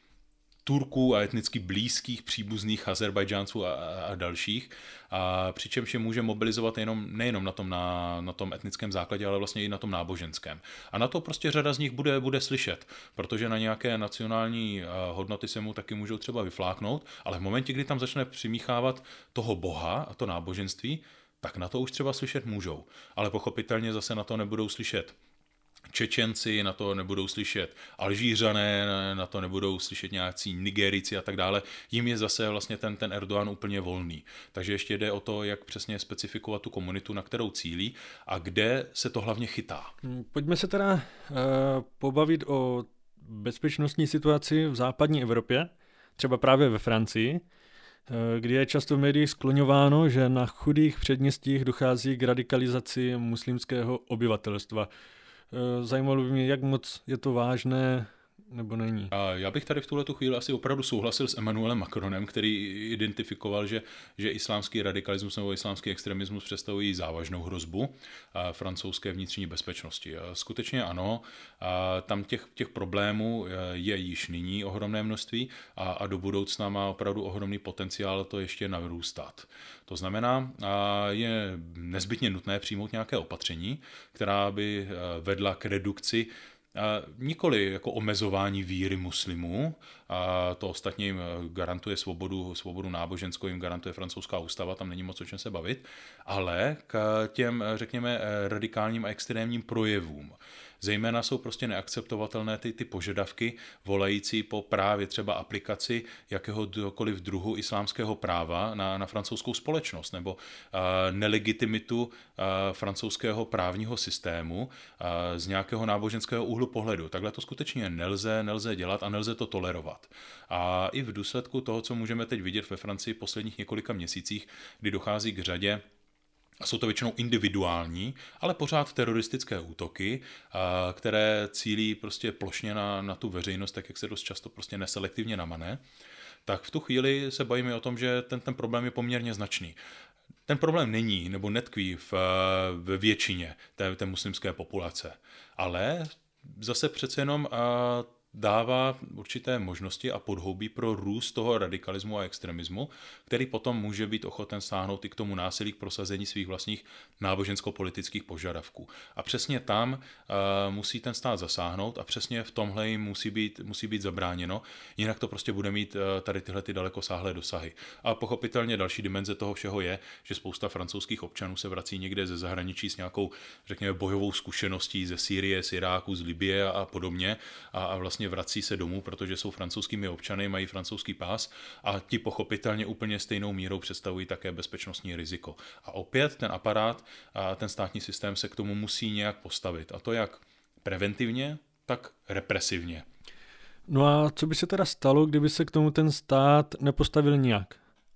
Turků a etnicky blízkých příbuzných Azerbajdžánců a, a dalších, a přičemž je může mobilizovat jenom, nejenom na tom, na, na tom etnickém základě, ale vlastně i na tom náboženském. A na to prostě řada z nich bude, bude slyšet, protože na nějaké nacionální hodnoty se mu taky můžou třeba vyfláknout, ale v momentě, kdy tam začne přimíchávat toho boha a to náboženství, tak na to už třeba slyšet můžou. Ale pochopitelně zase na to nebudou slyšet Čečenci, na to nebudou slyšet Alžířané, na to nebudou slyšet nějací Nigerici a tak dále. Jim je zase vlastně ten, ten Erdogan úplně volný. Takže ještě jde o to, jak přesně specifikovat tu komunitu, na kterou cílí a kde se to hlavně chytá. Pojďme se teda uh, pobavit o bezpečnostní situaci v západní Evropě, třeba právě ve Francii, kdy je často v médiích skloňováno, že na chudých předměstích dochází k radikalizaci muslimského obyvatelstva. Zajímalo by mě, jak moc je to vážné, nebo není. A já bych tady v tuhletu chvíli asi opravdu souhlasil s Emmanuelem Macronem, který identifikoval, že, že islámský radikalismus nebo islámský extremismus představují závažnou hrozbu a francouzské vnitřní bezpečnosti. A skutečně ano, a tam těch, těch problémů je již nyní ohromné množství a, a do budoucna má opravdu ohromný potenciál to ještě narůstat. To znamená, je nezbytně nutné přijmout nějaké opatření, která by vedla k redukci nikoli jako omezování víry muslimů, a to ostatně jim garantuje svobodu, svobodu náboženskou, jim garantuje francouzská ústava, tam není moc o čem se bavit, ale k těm, řekněme, radikálním a extrémním projevům. Zejména jsou prostě neakceptovatelné ty, ty požadavky volající po právě třeba aplikaci jakéhokoliv druhu islámského práva na, na francouzskou společnost nebo uh, nelegitimitu uh, francouzského právního systému uh, z nějakého náboženského úhlu pohledu. Takhle to skutečně nelze, nelze dělat a nelze to tolerovat. A i v důsledku toho, co můžeme teď vidět ve Francii v posledních několika měsících, kdy dochází k řadě, a jsou to většinou individuální, ale pořád teroristické útoky, které cílí prostě plošně na, na tu veřejnost, tak jak se dost často prostě neselektivně namane, tak v tu chvíli se bavíme o tom, že ten, ten problém je poměrně značný. Ten problém není nebo netkví v, v většině té, té muslimské populace, ale zase přece jenom dává určité možnosti a podhoubí pro růst toho radikalismu a extremismu, který potom může být ochoten sáhnout i k tomu násilí, k prosazení svých vlastních nábožensko-politických požadavků. A přesně tam uh, musí ten stát zasáhnout a přesně v tomhle jim musí být, musí být zabráněno, jinak to prostě bude mít uh, tady tyhle ty dalekosáhlé dosahy. A pochopitelně další dimenze toho všeho je, že spousta francouzských občanů se vrací někde ze zahraničí s nějakou, řekněme, bojovou zkušeností ze Sýrie, z Iráku, z Libye a podobně a, a vlastně vrací se domů, protože jsou francouzskými občany, mají francouzský pás a ti pochopitelně úplně stejnou mírou představují také bezpečnostní riziko. A opět ten aparát a ten státní systém se k tomu musí nějak postavit. A to jak preventivně, tak represivně. No a co by se teda stalo, kdyby se k tomu ten stát nepostavil nijak?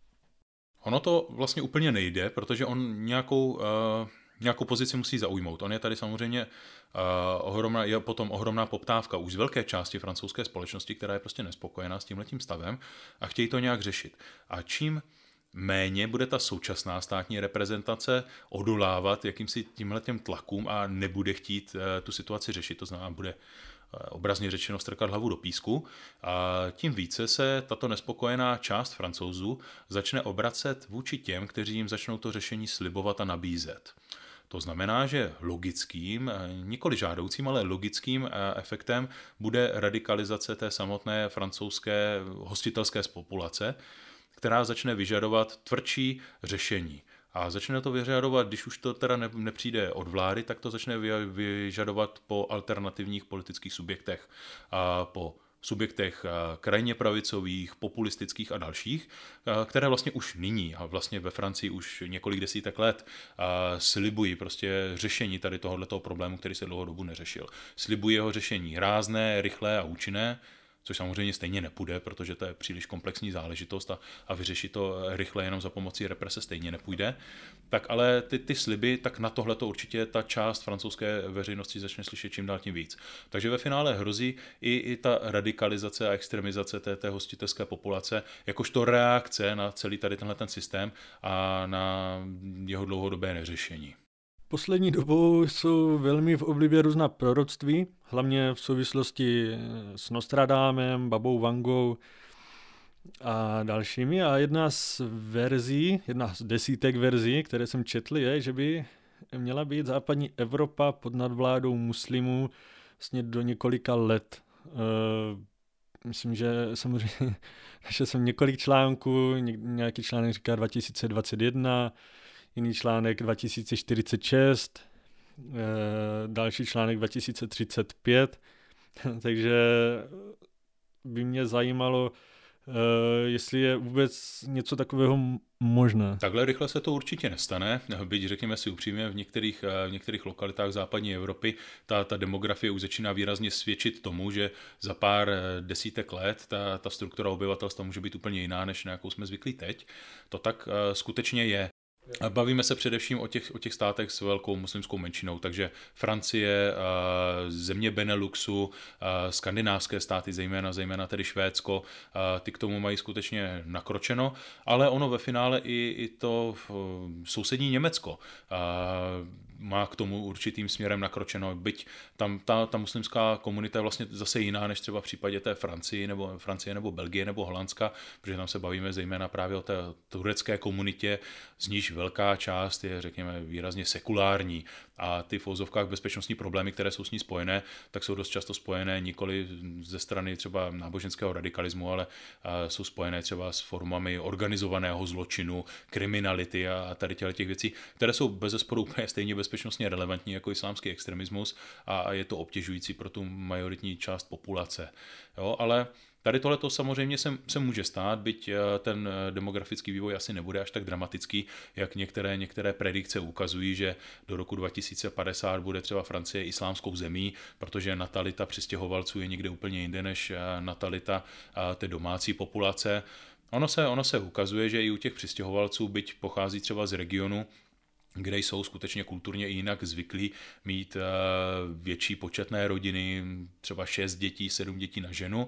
Ono to vlastně úplně nejde, protože on nějakou... Uh, nějakou pozici musí zaujmout. On je tady samozřejmě uh, ohromná, je potom ohromná poptávka už z velké části francouzské společnosti, která je prostě nespokojená s tímhletím stavem a chtějí to nějak řešit. A čím méně bude ta současná státní reprezentace odolávat jakýmsi tímhletěm tlakům a nebude chtít uh, tu situaci řešit, to znamená, bude obrazně řečeno strkat hlavu do písku, a tím více se tato nespokojená část Francouzů začne obracet vůči těm, kteří jim začnou to řešení slibovat a nabízet. To znamená, že logickým, nikoli žádoucím, ale logickým efektem bude radikalizace té samotné francouzské hostitelské populace, která začne vyžadovat tvrdší řešení. A začne to vyžadovat, když už to teda nepřijde od vlády, tak to začne vyžadovat po alternativních politických subjektech, a po subjektech krajně pravicových, populistických a dalších, které vlastně už nyní a vlastně ve Francii už několik desítek let slibují prostě řešení tady tohoto problému, který se dlouhou dobu neřešil. Slibují jeho řešení rázné, rychlé a účinné, což samozřejmě stejně nepůjde, protože to je příliš komplexní záležitost a, a vyřešit to rychle jenom za pomocí represe stejně nepůjde. Tak ale ty, ty sliby, tak na tohle to určitě ta část francouzské veřejnosti začne slyšet čím dál tím víc. Takže ve finále hrozí i, i ta radikalizace a extremizace té, té hostitelské populace, jakožto reakce na celý tady tenhle ten systém a na jeho dlouhodobé neřešení. Poslední dobou jsou velmi v oblibě různá proroctví, hlavně v souvislosti s Nostradamém, Babou Vangou a dalšími. A jedna z verzí, jedna z desítek verzí, které jsem četl, je, že by měla být západní Evropa pod nadvládou muslimů vlastně do několika let. E, myslím, že samozřejmě našel jsem několik článků, nějaký článek říká dva tisíce dvacet jedna, jiný článek dva tisíce čtyřicet šest, další článek dva tisíce třicet pět, takže by mě zajímalo, jestli je vůbec něco takového možné. Takhle rychle se to určitě nestane, byť řekněme si upřímně, v některých, v některých lokalitách západní Evropy ta, ta demografie už začíná výrazně svědčit tomu, že za pár desítek let ta, ta struktura obyvatelstva může být úplně jiná, než na jakou jsme zvyklí teď. To tak skutečně je. Bavíme se především o těch, o těch státech s velkou muslimskou menšinou, takže Francie, země Beneluxu, skandinávské státy, zejména, zejména tedy Švédsko, ty k tomu mají skutečně nakročeno, ale ono ve finále i, i to sousední Německo má k tomu určitým směrem nakročeno, byť tam ta, ta muslimská komunita je vlastně zase jiná než třeba v případě té Francii nebo, Francie nebo Belgie nebo Holandska, protože tam se bavíme zejména právě o té turecké komunitě, z níž velká část je, řekněme, výrazně sekulární a ty v ozovkách bezpečnostní problémy, které jsou s ní spojené, tak jsou dost často spojené nikoli ze strany třeba náboženského radikalismu, ale jsou spojené třeba s formami organizovaného zločinu, kriminality a tady těch věcí, které jsou bezesporu úplně stejně bezpečnostně relevantní jako islámský extremismus a je to obtěžující pro tu majoritní část populace. Jo, ale tady tohleto samozřejmě se, se může stát, byť ten demografický vývoj asi nebude až tak dramatický, jak některé, některé predikce ukazují, že do roku dva tisíce padesát bude třeba Francie islámskou zemí, protože natalita přistěhovalců je někde úplně jinde než natalita té domácí populace. Ono se, ono se ukazuje, že i u těch přistěhovalců, byť pochází třeba z regionu, kde jsou skutečně kulturně i jinak zvyklí mít větší početné rodiny, třeba šest dětí, sedm dětí na ženu,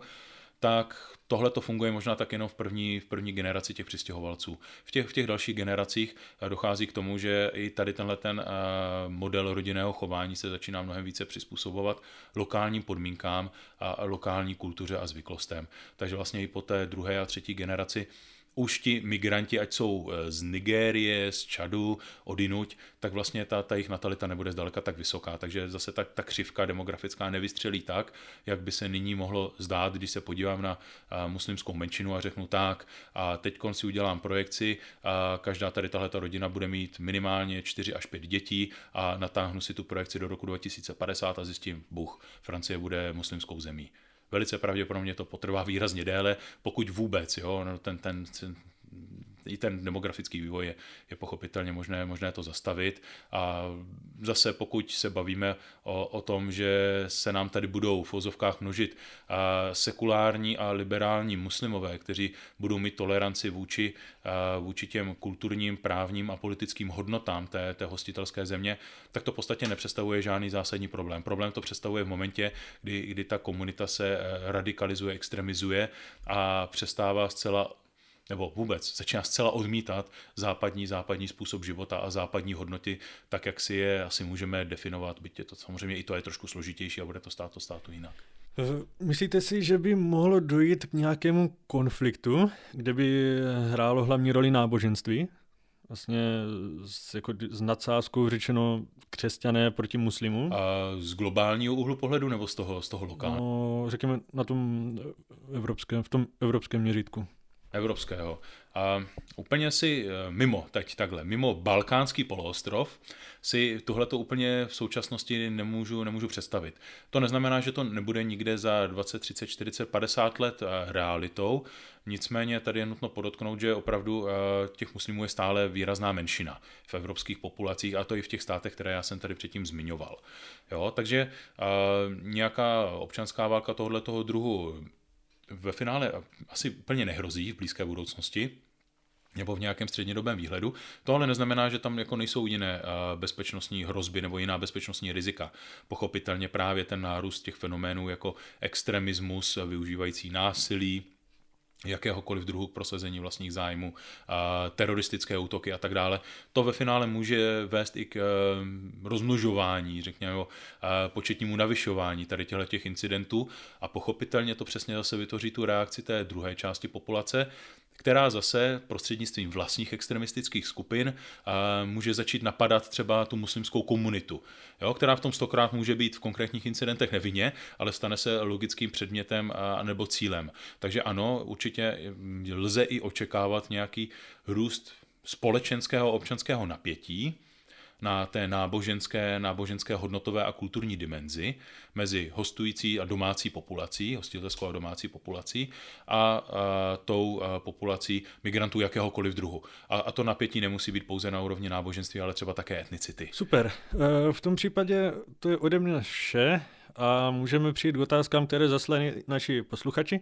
tak tohle to funguje možná tak jenom v první, v první generaci těch přistěhovalců. V těch, v těch dalších generacích dochází k tomu, že i tady tenhle ten model rodinného chování se začíná mnohem více přizpůsobovat lokálním podmínkám a lokální kultuře a zvyklostem. Takže vlastně i po té druhé a třetí generaci už ti migranti, ať jsou z Nigérie, z Čadu, odjinuť, tak vlastně ta, ta jejich natalita nebude zdaleka tak vysoká. Takže zase ta, ta křivka demografická nevystřelí tak, jak by se nyní mohlo zdát, když se podívám na a, muslimskou menšinu a řeknu tak, a teď si udělám projekci, a každá tady tahleta rodina bude mít minimálně čtyři až pět dětí a natáhnu si tu projekci do roku dva tisíce padesát a zjistím, buch, Francie bude muslimskou zemí. Velice pravděpodobně to potrvá výrazně déle, pokud vůbec, jo, no ten, ten, ten, i ten demografický vývoj je, je pochopitelně možné, možné to zastavit. A zase pokud se bavíme o, o tom, že se nám tady budou v ozovkách množit a sekulární a liberální muslimové, kteří budou mít toleranci vůči, a vůči těm kulturním, právním a politickým hodnotám té, té hostitelské země, tak to v podstatě nepředstavuje žádný zásadní problém. Problém to představuje v momentě, kdy, kdy ta komunita se radikalizuje, extremizuje a přestává zcela nebo vůbec začíná zcela odmítat západní, západní způsob života a západní hodnoty, tak jak si je asi můžeme definovat, byť je to samozřejmě i to je trošku složitější a bude to stát to státu jinak. Myslíte si, že by mohlo dojít k nějakému konfliktu, kde by hrálo hlavní roli náboženství? Vlastně s, jako s nadsázkou řečeno křesťané proti muslimům? A z globálního úhlu pohledu nebo z toho, z toho lokálního? No, řekněme na tom evropském, v tom evropském měřítku. Evropského. A úplně si mimo, teď takhle, mimo Balkánský poloostrov si tohleto úplně v současnosti nemůžu, nemůžu představit. To neznamená, že to nebude nikde za dvacet, třicet, čtyřicet, padesát let realitou, nicméně tady je nutno podotknout, že opravdu těch muslimů je stále výrazná menšina v evropských populacích a to i v těch státech, které já jsem tady předtím zmiňoval. Jo, takže nějaká občanská válka tohoto druhu ve finále asi úplně nehrozí v blízké budoucnosti nebo v nějakém střednědobém výhledu. To ale neznamená, že tam jako nejsou jiné bezpečnostní hrozby nebo jiná bezpečnostní rizika. Pochopitelně právě ten nárůst těch fenoménů jako extremismus využívající násilí, jakéhokoliv druhu k prosazení vlastních zájmů, teroristické útoky a tak dále. To ve finále může vést i k rozmnožování, řekněme, početnímu navyšování tady těch incidentů a pochopitelně to přesně zase vytvoří tu reakci té druhé části populace, která zase prostřednictvím vlastních extremistických skupin může začít napadat třeba tu muslimskou komunitu, jo, která v tom stokrát může být v konkrétních incidentech nevinně, ale stane se logickým předmětem a, nebo cílem. Takže ano, určitě lze i očekávat nějaký růst společenského občanského napětí. na té náboženské, náboženské hodnotové a kulturní dimenzi mezi hostující a domácí populací, hostitelskou a domácí populací a, a tou a populací migrantů jakéhokoliv druhu. A, a to napětí nemusí být pouze na úrovni náboženství, ale třeba také etnicity. Super. V tom případě to je ode mě vše a můžeme přijít k otázkám, které zaslali naši posluchači.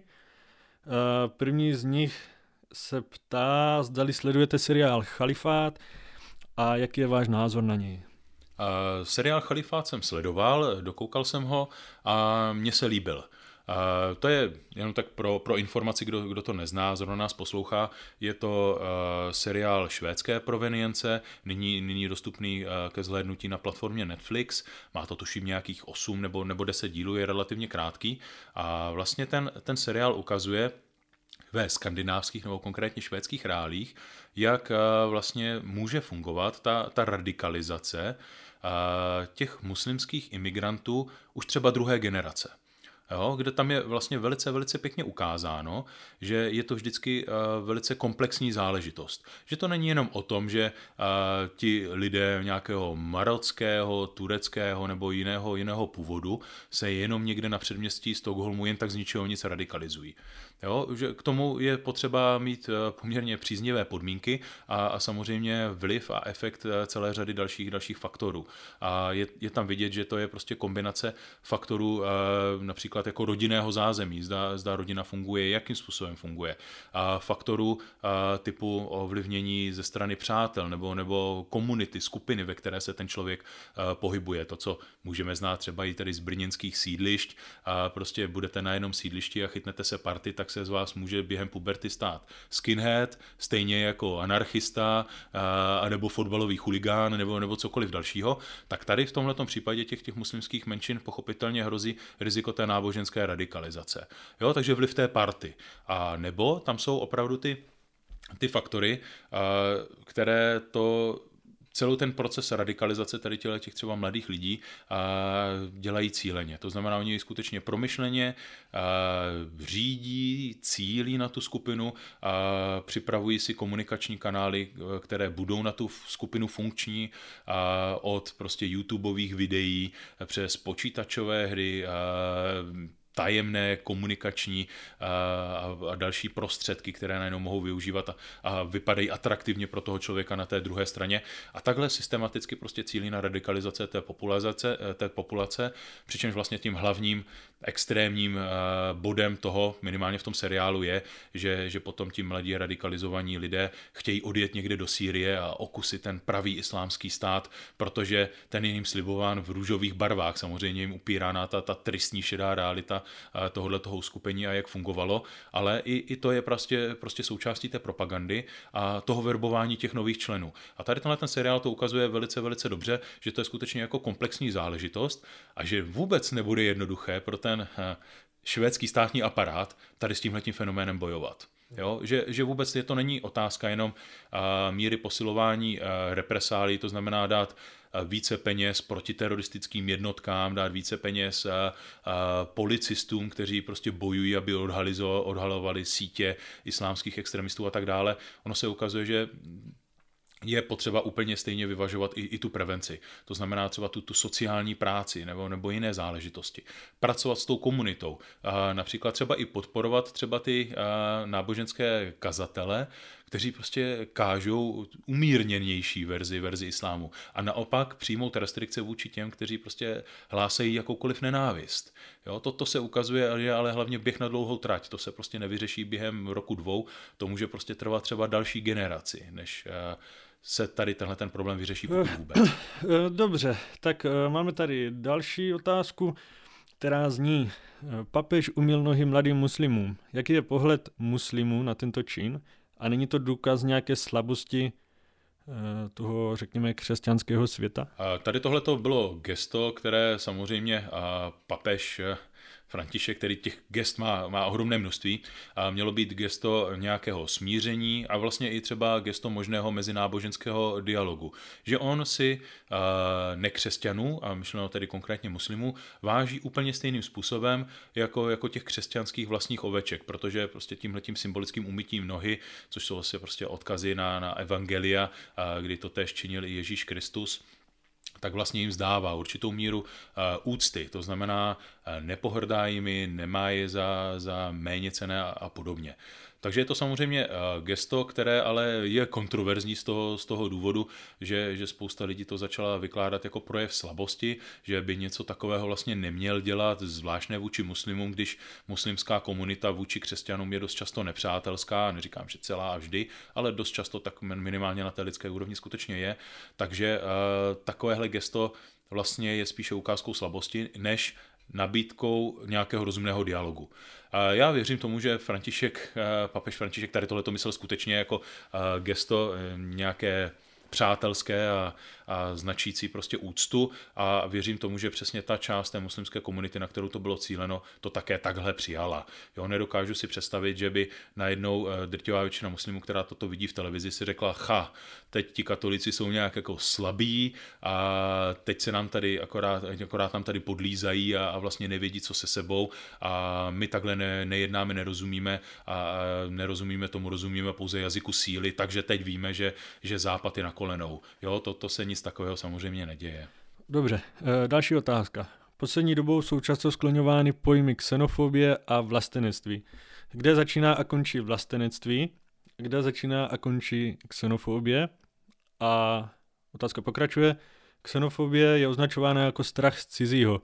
První z nich se ptá, zdali sledujete seriál Chalifát a jaký je váš názor na něj. Uh, seriál Chalifát jsem sledoval, dokoukal jsem ho a mně se líbil. Uh, to je jenom tak pro, pro informaci, kdo, kdo to nezná, zrovna nás poslouchá, je to uh, seriál švédské provenience, nyní, nyní dostupný uh, ke zhlédnutí na platformě Netflix, má to tuším nějakých osm nebo, nebo deset dílů, je relativně krátký a vlastně ten, ten seriál ukazuje ve skandinávských nebo konkrétně švédských reálích, jak vlastně může fungovat ta, ta radikalizace těch muslimských imigrantů už třeba druhé generace. Jo, kde tam je vlastně velice, velice pěkně ukázáno, že je to vždycky uh, velice komplexní záležitost. Že to není jenom o tom, že uh, ti lidé nějakého marockého, tureckého nebo jiného, jiného původu se jenom někde na předměstí Stockholmu jen tak z ničeho nic radikalizují. Jo, že k tomu je potřeba mít poměrně příznivé podmínky a, a samozřejmě vliv a efekt celé řady dalších, dalších faktorů. A je, je tam vidět, že to je prostě kombinace faktorů například jako rodinného zázemí, zda, zda rodina funguje, jakým způsobem funguje. A faktorů typu ovlivnění ze strany přátel nebo, nebo komunity, skupiny, ve které se ten člověk pohybuje. To, co můžeme znát třeba i tady z brněnských sídlišť. A prostě budete na jednom sídlišti a chytnete se party, tak se z vás může během puberty stát skinhead, stejně jako anarchista, a nebo fotbalový chuligán, nebo, nebo cokoliv dalšího. Tak tady v tomhletom případě těch, těch muslimských menšin pochopitelně hrozí riziko té náboženské radikalizace. Jo, takže vliv té party. A nebo tam jsou opravdu ty, ty faktory, které to celou ten proces radikalizace tady těch třeba mladých lidí dělají cíleně. To znamená, oni skutečně promyšleně řídí, cílí na tu skupinu, připravují si komunikační kanály, které budou na tu skupinu funkční, od prostě YouTubeových videí přes počítačové hry, tajemné komunikační a, a další prostředky, které najednou mohou využívat a, a vypadají atraktivně pro toho člověka na té druhé straně. A takhle systematicky prostě cílí na radikalizace té populace, té populace, přičemž vlastně tím hlavním extrémním bodem toho, minimálně v tom seriálu, je, že, že potom ti mladí radikalizovaní lidé chtějí odjet někde do Sýrie a okusit ten pravý islámský stát, protože ten je jim slibován v růžových barvách. Samozřejmě jim upírána ta, ta tristní šedá realita tohohle toho uskupení a jak fungovalo, ale i, i to je prostě, prostě součástí té propagandy a toho verbování těch nových členů. A tady tenhle ten seriál to ukazuje velice, velice dobře, že to je skutečně jako komplexní záležitost a že vůbec nebude jednoduché pro ten švédský státní aparát tady s tímhletím fenoménem bojovat. Jo? Že, že vůbec je to není otázka jenom a, míry posilování a, represálí, to znamená dát a, více peněz protiteroristickým jednotkám, dát více peněz a, a, policistům, kteří prostě bojují, aby odhalovali sítě islámských extremistů a tak dále. Ono se ukazuje, že je potřeba úplně stejně vyvažovat i, i tu prevenci. To znamená třeba tu, tu sociální práci nebo, nebo jiné záležitosti. Pracovat s tou komunitou. A například třeba i podporovat třeba ty a, náboženské kazatele, kteří prostě kážou umírněnější verzi, verzi islámu. A naopak přijmout restrikce vůči těm, kteří prostě hlásají jakoukoliv nenávist. Jo, toto se ukazuje, že ale hlavně běh na dlouhou trať. To se prostě nevyřeší během roku dvou. To může prostě trvat třeba další generaci, než a, se tady tenhle ten problém vyřeší pokud vůbec. Dobře, tak máme tady další otázku, která zní: papež umyl nohy mladým muslimům. Jaký je pohled muslimů na tento čin? A není to důkaz nějaké slabosti toho, řekněme, křesťanského světa? Tady tohle to bylo gesto, které samozřejmě papež František, který těch gest má, má ohromné množství, a mělo být gesto nějakého smíření a vlastně i třeba gesto možného mezináboženského dialogu. Že on si uh, nekřesťanů, a myšleno tedy konkrétně muslimů, váží úplně stejným způsobem jako, jako těch křesťanských vlastních oveček, protože prostě tímhletím symbolickým umytím nohy, což jsou vlastně prostě odkazy na, na evangelia, uh, kdy to též činil i Ježíš Kristus, tak vlastně jim zdává určitou míru uh, úcty. To znamená, uh, nepohrdá jimi, nemá je za, za méněcenné a, a podobně. Takže je to samozřejmě uh, gesto, které ale je kontroverzní z toho, z toho důvodu, že, že spousta lidí to začala vykládat jako projev slabosti, že by něco takového vlastně neměl dělat, zvláštně vůči muslimům, když muslimská komunita vůči křesťanům je dost často nepřátelská, neříkám, že celá a vždy, ale dost často tak minimálně na té lidské úrovni skutečně je. Takže uh, takovéhle gesto vlastně je spíše ukázkou slabosti, než nabídkou nějakého rozumného dialogu. Já věřím tomu, že František, papež František tady tohleto myslel skutečně jako gesto nějaké přátelské a, a značící prostě úctu a věřím tomu, že přesně ta část té muslimské komunity, na kterou to bylo cíleno, to také takhle přijala. Jo, nedokážu si představit, že by najednou drtivá většina muslimů, která toto vidí v televizi, si řekla, cha, teď ti katolíci jsou nějak jako slabí a teď se nám tady akorát, akorát nám tady podlízají a, a vlastně nevědí, co se sebou a my takhle ne, nejednáme, nerozumíme a nerozumíme tomu, rozumíme pouze jazyku síly, takže teď víme, že, že Západ je na kolenou. Jo, to, to se nic takového samozřejmě neděje. Dobře, další otázka. Poslední dobou jsou často skloňovány pojmy xenofobie a vlastenectví. Kde začíná a končí vlastenectví? Kde začíná a končí xenofobie? A otázka pokračuje. Xenofobie je označována jako strach z cizího.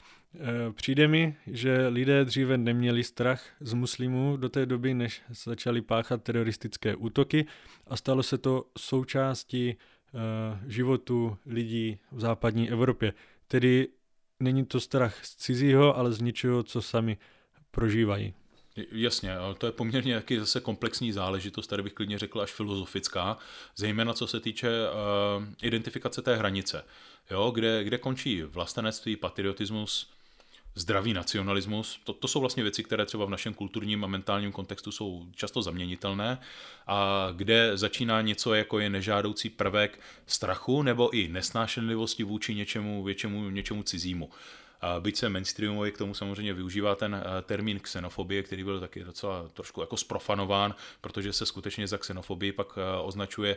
Přijde mi, že lidé dříve neměli strach z muslimů do té doby, než začali páchat teroristické útoky a stalo se to součástí uh, životu lidí v západní Evropě. Tedy není to strach z cizího, ale z něčeho, co sami prožívají. Jasně, ale to je poměrně taky zase komplexní záležitost, tady bych klidně řekl až filozofická, zejména co se týče uh, identifikace té hranice, jo, kde, kde končí vlastenectví, patriotismus, zdravý nacionalismus, to, to jsou vlastně věci, které třeba v našem kulturním a mentálním kontextu jsou často zaměnitelné a kde začíná něco, jako je nežádoucí prvek strachu nebo i nesnášenlivosti vůči něčemu, většemu, něčemu cizímu. Byť se mainstreamově k tomu samozřejmě využívá ten termín xenofobie, který byl taky docela trošku jako sprofanován, protože se skutečně za xenofobii pak označuje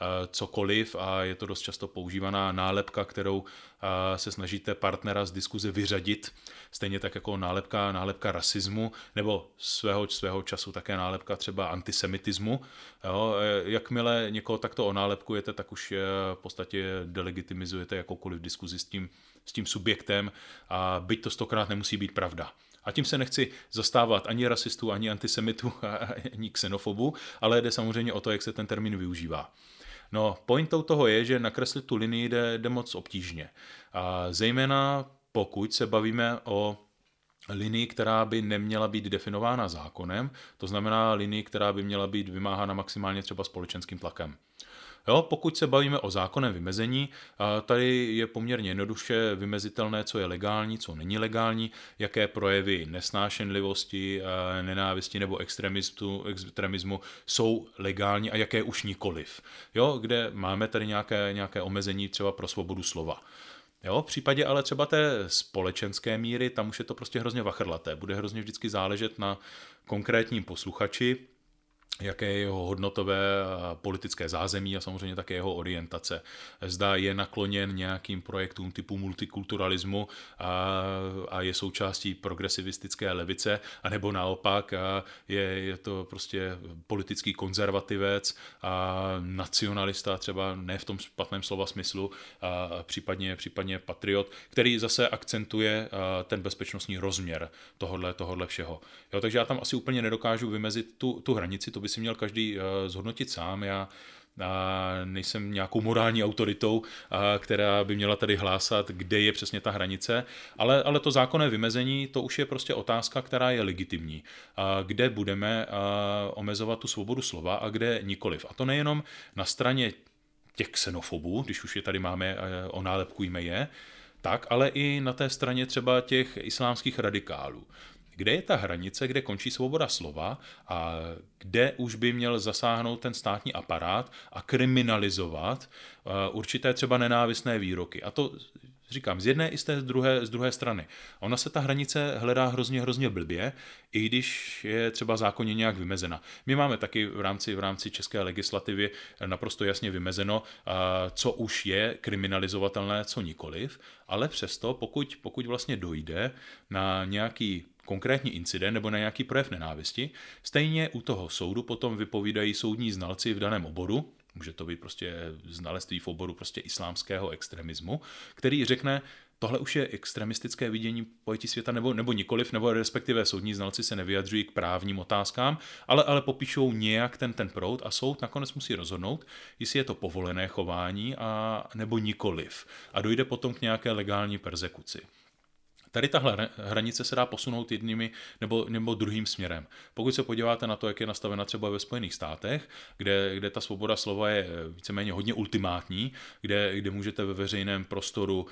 cokoliv a je to dost často používaná nálepka, kterou se snažíte partnera z diskuze vyřadit, stejně tak jako nálepka, nálepka rasismu nebo svého, svého času také nálepka třeba antisemitismu. Jo, jakmile někoho takto onálepkujete, tak už v podstatě delegitimizujete jakoukoliv diskuzi s tím s tím subjektem a byť to stokrát nemusí být pravda. A tím se nechci zastávat ani rasistů, ani antisemitů, ani xenofobů, ale jde samozřejmě o to, jak se ten termín využívá. No, pointou toho je, že nakreslit tu linii jde, jde moc obtížně. A zejména pokud se bavíme o linii, která by neměla být definována zákonem, to znamená linii, která by měla být vymáhána maximálně třeba společenským tlakem. Jo, pokud se bavíme o zákonném vymezení, tady je poměrně jednoduše vymezitelné, co je legální, co není legální, jaké projevy nesnášenlivosti, nenávisti nebo extremismu, extremismu jsou legální a jaké už nikoliv. Jo, kde máme tady nějaké, nějaké omezení třeba pro svobodu slova. Jo, v případě ale třeba té společenské míry, tam už je to prostě hrozně vachrlaté. Bude hrozně vždycky záležet na konkrétním posluchači, jaké je jeho hodnotové politické zázemí a samozřejmě také jeho orientace. Zda je nakloněn nějakým projektům typu multikulturalismu a, a je součástí progresivistické levice, anebo naopak a je, je to prostě politický konzervativec a nacionalista, třeba ne v tom špatném slova smyslu, a případně, případně patriot, který zase akcentuje ten bezpečnostní rozměr tohodle, tohodle všeho. Jo, takže já tam asi úplně nedokážu vymezit tu, tu hranici, to by si měl každý uh, zhodnotit sám. Já uh, nejsem nějakou morální autoritou, uh, která by měla tady hlásat, kde je přesně ta hranice, ale, ale to zákonné vymezení, to už je prostě otázka, která je legitimní. Uh, kde budeme uh, omezovat tu svobodu slova a kde nikoliv. A to nejenom na straně těch xenofobů, když už je tady máme, uh, onálepkujme je, tak, ale i na té straně třeba těch islámských radikálů. Kde je ta hranice, kde končí svoboda slova a kde už by měl zasáhnout ten státní aparát a kriminalizovat určité třeba nenávistné výroky. A to Říkám, z jedné i z té druhé, z druhé strany. Ona se ta hranice hledá hrozně, hrozně blbě, i když je třeba zákonně nějak vymezena. My máme taky v rámci, v rámci české legislativy naprosto jasně vymezeno, co už je kriminalizovatelné, co nikoliv, ale přesto, pokud, pokud vlastně dojde na nějaký konkrétní incident nebo na nějaký projev nenávisti, stejně u toho soudu potom vypovídají soudní znalci v daném oboru, může to být prostě znalectví v oboru prostě islámského extremismu, který řekne, tohle už je extremistické vidění pojetí světa nebo, nebo nikoliv, nebo respektive soudní znalci se nevyjadřují k právním otázkám, ale, ale popíšou nějak ten, ten proud a soud nakonec musí rozhodnout, jestli je to povolené chování a, nebo nikoliv. A dojde potom k nějaké legální perzekuci. Tady tahle hranice se dá posunout jednými nebo, nebo druhým směrem. Pokud se podíváte na to, jak je nastavena třeba ve Spojených státech, kde, kde ta svoboda slova je víceméně hodně ultimátní, kde, kde můžete ve veřejném prostoru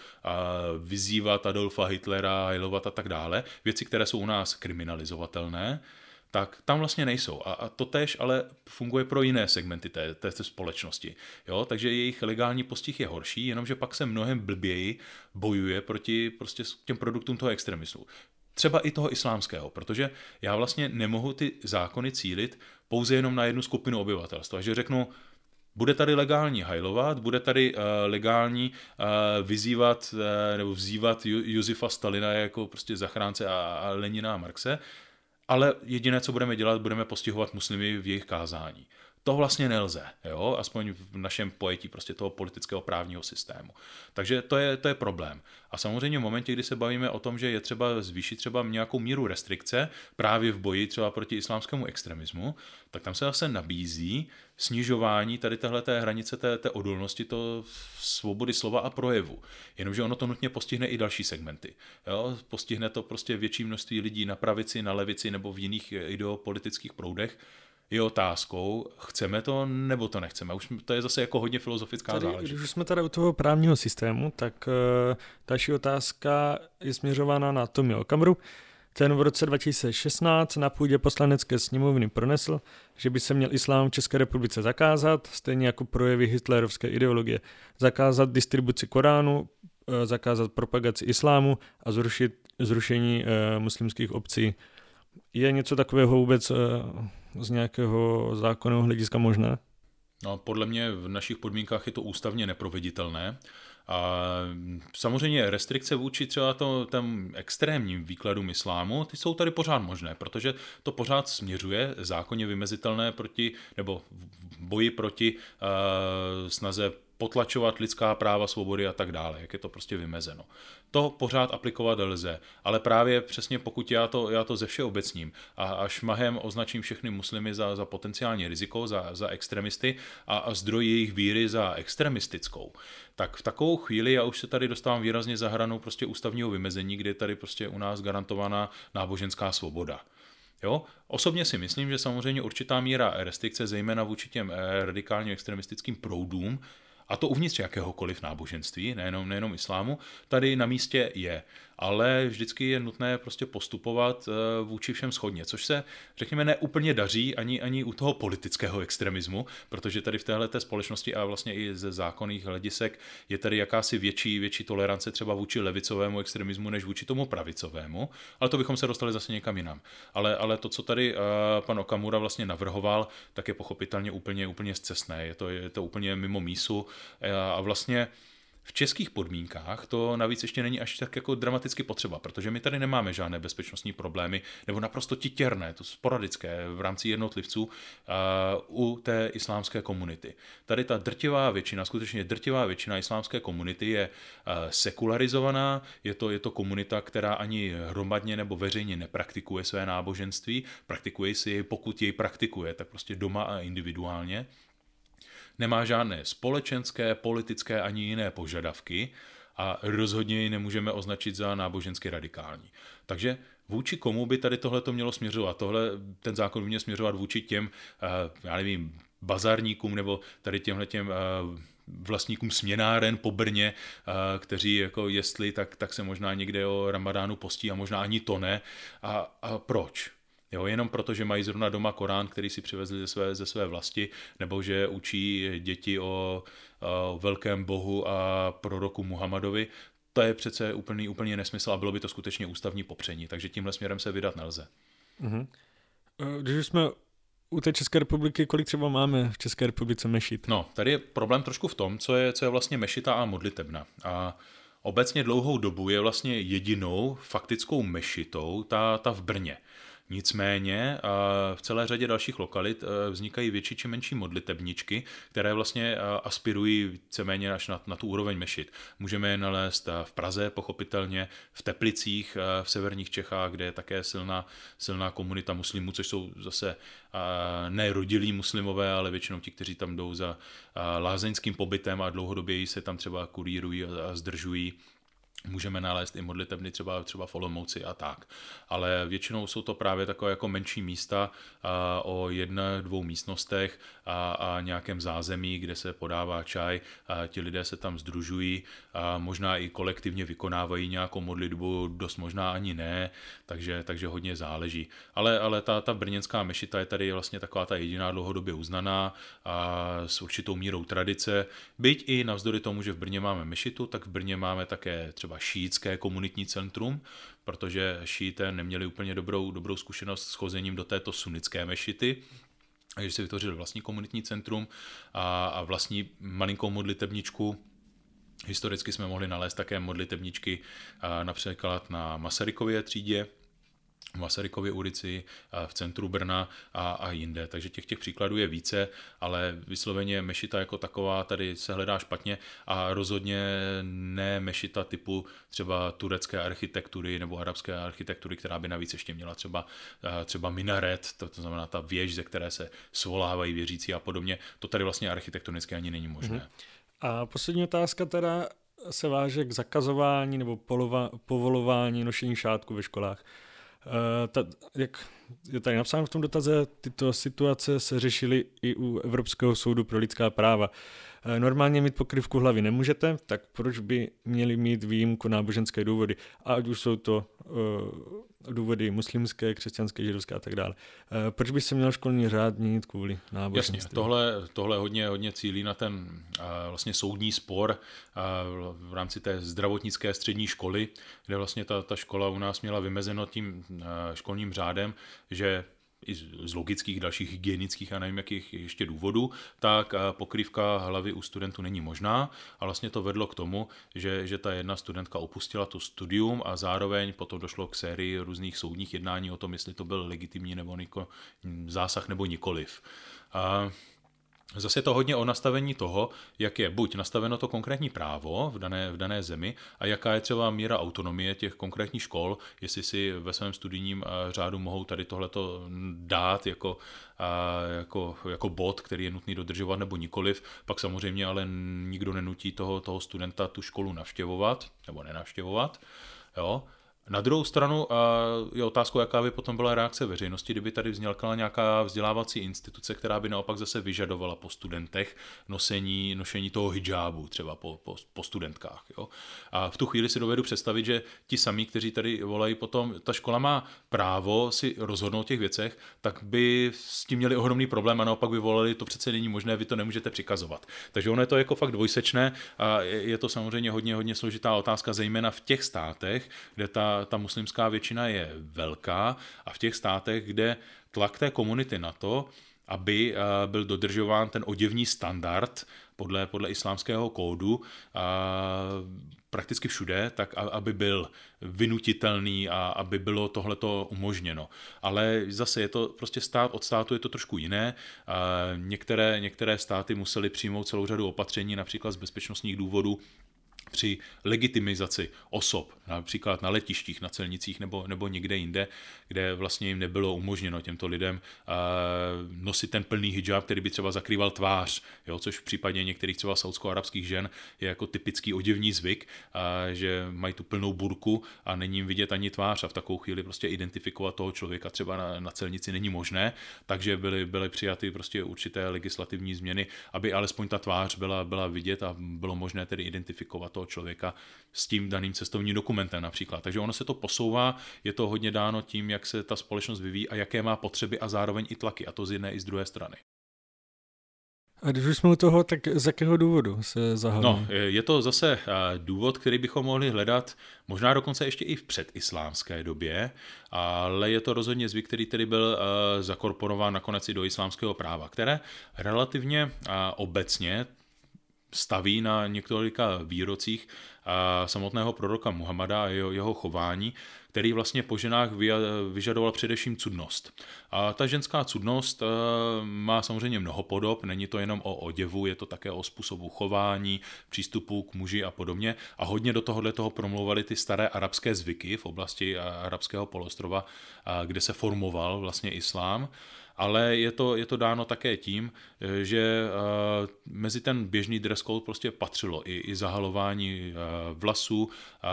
vyzývat Adolfa Hitlera, hajlovat a tak dále, věci, které jsou u nás kriminalizovatelné, tak tam vlastně nejsou. A, a to též ale funguje pro jiné segmenty té, té, té společnosti. Jo? Takže jejich legální postih je horší, jenomže pak se mnohem blběji bojuje proti prostě těm produktům toho extremismu. Třeba i toho islámského, protože já vlastně nemohu ty zákony cílit pouze jenom na jednu skupinu obyvatelstva. Že řeknu, bude tady legální hajlovat, bude tady uh, legální uh, vyzývat uh, nebo vzývat Josefa Stalina jako prostě zachránce a, a Lenina a Marxe, ale jediné, co budeme dělat, budeme postihovat muslimy v jejich kázání. To vlastně nelze, jo? Aspoň v našem pojetí prostě toho politického právního systému. Takže to je, to je problém. A samozřejmě v momentě, kdy se bavíme o tom, že je třeba zvýšit třeba nějakou míru restrikce právě v boji třeba proti islámskému extremismu, tak tam se zase nabízí snižování tady téhleté hranice té, té odolnosti, to svobody slova a projevu. Jenomže ono to nutně postihne i další segmenty. Jo? Postihne to prostě větší množství lidí na pravici, na levici nebo v jiných ideopolitických proudech. Je otázkou, chceme to nebo to nechceme. Už to je zase jako hodně filozofická tady, záležitost. Když už jsme tady u toho právního systému, tak uh, další otázka je směřována na Tomia Okamuru. Ten v roce dva tisíce šestnáct na půdě poslanecké sněmovny pronesl, že by se měl islám v České republice zakázat, stejně jako projevy hitlerovské ideologie. Zakázat distribuci Koránu, uh, zakázat propagaci islámu a zrušit zrušení uh, muslimských obcí. Je něco takového vůbec uh, z nějakého zákonného hlediska možné? No, podle mě v našich podmínkách je to ústavně neproveditelné. A samozřejmě restrikce vůči třeba to, těm extrémním výkladům islámu, ty jsou tady pořád možné, protože to pořád směřuje zákonně vymezitelné proti, nebo boji proti uh, snaze potlačovat lidská práva, svobody a tak dále, jak je to prostě vymezeno. To pořád aplikovat lze, ale právě přesně pokud já to, já to ze všeobecním a, a šmahem označím všechny muslimy za, za potenciální riziko, za, za extremisty a, a zdroj jejich víry za extremistickou, tak v takovou chvíli já už se tady dostávám výrazně za hranou prostě ústavního vymezení, kde je tady prostě u nás garantovaná náboženská svoboda. Jo? Osobně si myslím, že samozřejmě určitá míra restrikce, zejména vůči těm radikálně extremistickým proudům, a to uvnitř jakéhokoliv náboženství, nejenom, nejenom islámu, tady na místě je. Ale vždycky je nutné prostě postupovat vůči všem shodně, což se, řekněme, neúplně daří ani, ani u toho politického extremismu, protože tady v téhleté společnosti a vlastně i ze zákonných hledisek je tady jakási větší, větší tolerance třeba vůči levicovému extremismu, než vůči tomu pravicovému, ale to bychom se dostali zase někam jinam. Ale, ale to, co tady uh, pan Okamura vlastně navrhoval, tak je pochopitelně úplně, úplně scestné, je to, je to úplně mimo mísu a vlastně v českých podmínkách to navíc ještě není až tak jako dramaticky potřeba, protože my tady nemáme žádné bezpečnostní problémy, nebo naprosto titěrné, to sporadické v rámci jednotlivců uh, u té islámské komunity. Tady ta drtivá většina, skutečně drtivá většina islámské komunity je uh, sekularizovaná, je to, je to komunita, která ani hromadně nebo veřejně nepraktikuje své náboženství, praktikuje si jej, pokud jej praktikuje, tak prostě doma a individuálně. Nemá žádné společenské, politické ani jiné požadavky a rozhodně ji nemůžeme označit za nábožensky radikální. Takže vůči komu by tady tohleto mělo směřovat? Tohle, ten zákon by měl směřovat vůči těm, já nevím, bazarníkům nebo tady těmhletěm vlastníkům směnáren po Brně, kteří jako jestli, tak, tak se možná někde o ramadánu postí a možná ani to ne. A, a proč? Jo, jenom proto, že mají zrovna doma Korán, který si přivezli ze své, ze své vlasti, nebo že učí děti o, o velkém bohu a proroku Muhammadovi, to je přece úplný, úplný nesmysl a bylo by to skutečně ústavní popření, takže tímhle směrem se vydat nelze. Uh-huh. Když jsme u té České republiky, kolik třeba máme v České republice mešit? No, tady je problém trošku v tom, co je, co je vlastně mešita a modlitebna. A obecně dlouhou dobu je vlastně jedinou faktickou mešitou ta, ta v Brně. Nicméně v celé řadě dalších lokalit vznikají větší či menší modlitebničky, které vlastně aspirují víceméně až na, na tu úroveň mešit. Můžeme je nalézt v Praze, pochopitelně, v Teplicích, v severních Čechách, kde je také silná, silná komunita muslimů, což jsou zase ne rodilí muslimové, ale většinou ti, kteří tam jdou za lázeňským pobytem a dlouhodobě se tam třeba kurýrují a zdržují. Můžeme nalézt i modlitebny třeba, třeba v Olomouci a tak. Ale většinou jsou to právě takové jako menší místa a, o jedné, dvou místnostech a, a nějakém zázemí, kde se podává čaj. A ti lidé se tam sdružují a možná i kolektivně vykonávají nějakou modlitbu, dost možná ani ne, takže, takže hodně záleží. Ale, ale ta, ta brněnská mešita je tady vlastně taková ta jediná dlouhodobě uznaná a s určitou mírou tradice. Byť i navzdory tomu, že v Brně máme mešitu, tak v Brně máme také třeba šíitské komunitní centrum, protože šíité neměli úplně dobrou, dobrou zkušenost s chozením do této sunnické mešity, takže si vytvořili vlastní komunitní centrum a, a vlastní malinkou modlitebničku. Historicky jsme mohli nalézt také modlitebničky například na Masarykově třídě, v Masarykově ulici, v centru Brna a, a jinde. Takže těch, těch příkladů je více, ale vysloveně mešita jako taková tady se hledá špatně a rozhodně ne mešita typu třeba turecké architektury nebo arabské architektury, která by navíc ještě měla třeba, třeba minaret, to, to znamená ta věž, ze které se svolávají věřící a podobně. To tady vlastně architektonicky ani není možné. Mhm. A poslední otázka teda se váže k zakazování nebo polova, povolování nošení šátku ve školách. Uh, ta, jak je tady napsáno v tom dotaze, tyto situace se řešily i u Evropského soudu pro lidská práva. Uh, normálně mít pokrývku hlavy nemůžete, tak proč by měli mít výjimku náboženské důvody? A ať už jsou to uh, důvody muslimské, křesťanské, židovské a tak dále. Uh, proč by se měl školní řád měnit kvůli náboženství? Jasně, tohle, tohle hodně, hodně cílí na ten uh, vlastně soudní spor uh, v rámci té zdravotnické střední školy, kde vlastně ta, ta škola u nás měla vymezeno tím uh, školním řádem, že i z logických dalších hygienických a nevím jakých ještě důvodů, tak pokrývka hlavy u studentů není možná a vlastně to vedlo k tomu, že, že ta jedna studentka opustila to studium a zároveň potom došlo k sérii různých soudních jednání o tom, jestli to byl legitimní nebo niko, zásah nebo nikoliv. A zase je to hodně o nastavení toho, jak je buď nastaveno to konkrétní právo v dané, v dané zemi a jaká je třeba míra autonomie těch konkrétních škol, jestli si ve svém studijním řádu mohou tady tohleto dát jako, jako, jako bod, který je nutný dodržovat nebo nikoliv, pak samozřejmě ale nikdo nenutí toho, toho studenta tu školu navštěvovat nebo nenavštěvovat. Jo. Na druhou stranu je otázkou, jaká by potom byla reakce veřejnosti, kdyby tady vznikla nějaká vzdělávací instituce, která by naopak zase vyžadovala po studentech nosení, nošení toho hidžábu, třeba po, po, po studentkách. Jo? A v tu chvíli si dovedu představit, že ti samí, kteří tady volají potom, ta škola má právo si rozhodnout o těch věcech, tak by s tím měli ohromný problém a naopak by volali, to přece není možné, vy to nemůžete přikazovat. Takže ono je to jako fakt dvojsečné a je to samozřejmě hodně, hodně složitá otázka, zejména v těch státech, kde ta ta muslimská většina je velká a v těch státech, kde tlak té komunity na to, aby byl dodržován ten oděvní standard podle, podle islámského kódu prakticky všude, tak aby byl vynutitelný a aby bylo tohleto umožněno. Ale zase je to prostě stát od státu je to trošku jiné. Některé, některé státy musely přijmout celou řadu opatření, například z bezpečnostních důvodů, při legitimizaci osob, například na letištích, na celnicích nebo, nebo někde jinde, kde vlastně jim nebylo umožněno těmto lidem uh, nosit ten plný hijab, který by třeba zakrýval tvář, jo, což v případě některých třeba saudsko-arabských žen je jako typický oděvní zvyk, uh, že mají tu plnou burku a není jim vidět ani tvář a v takovou chvíli prostě identifikovat toho člověka třeba na, na celnici není možné, takže byly, byly přijaty prostě určité legislativní změny, aby alespoň ta tvář byla, byla vidět a bylo možné tedy identifikovat toho člověka s tím daným cestovním dokumentem například. Takže ono se to posouvá, je to hodně dáno tím, jak se ta společnost vyvíjí a jaké má potřeby a zároveň i tlaky, a to z jedné i z druhé strany. A když už jsme u toho, tak z jakého důvodu se zahaluje? No, je to zase důvod, který bychom mohli hledat možná dokonce ještě i v předislámské době, ale je to rozhodně zvyk, který tedy byl zakorporován nakonec i do islámského práva, které relativně obecně staví na několika výrocích samotného proroka Muhammada a jeho, jeho chování, který vlastně po ženách vyžadoval především cudnost. A ta ženská cudnost má samozřejmě mnoho podob, není to jenom o oděvu, je to také o způsobu chování, přístupu k muži a podobně. A hodně do tohohle toho promlouvaly ty staré arabské zvyky v oblasti arabského poloostrova, kde se formoval vlastně islám. Ale je to, je to dáno také tím, že uh, mezi ten běžný dress code prostě patřilo i, i zahalování uh, vlasů, uh,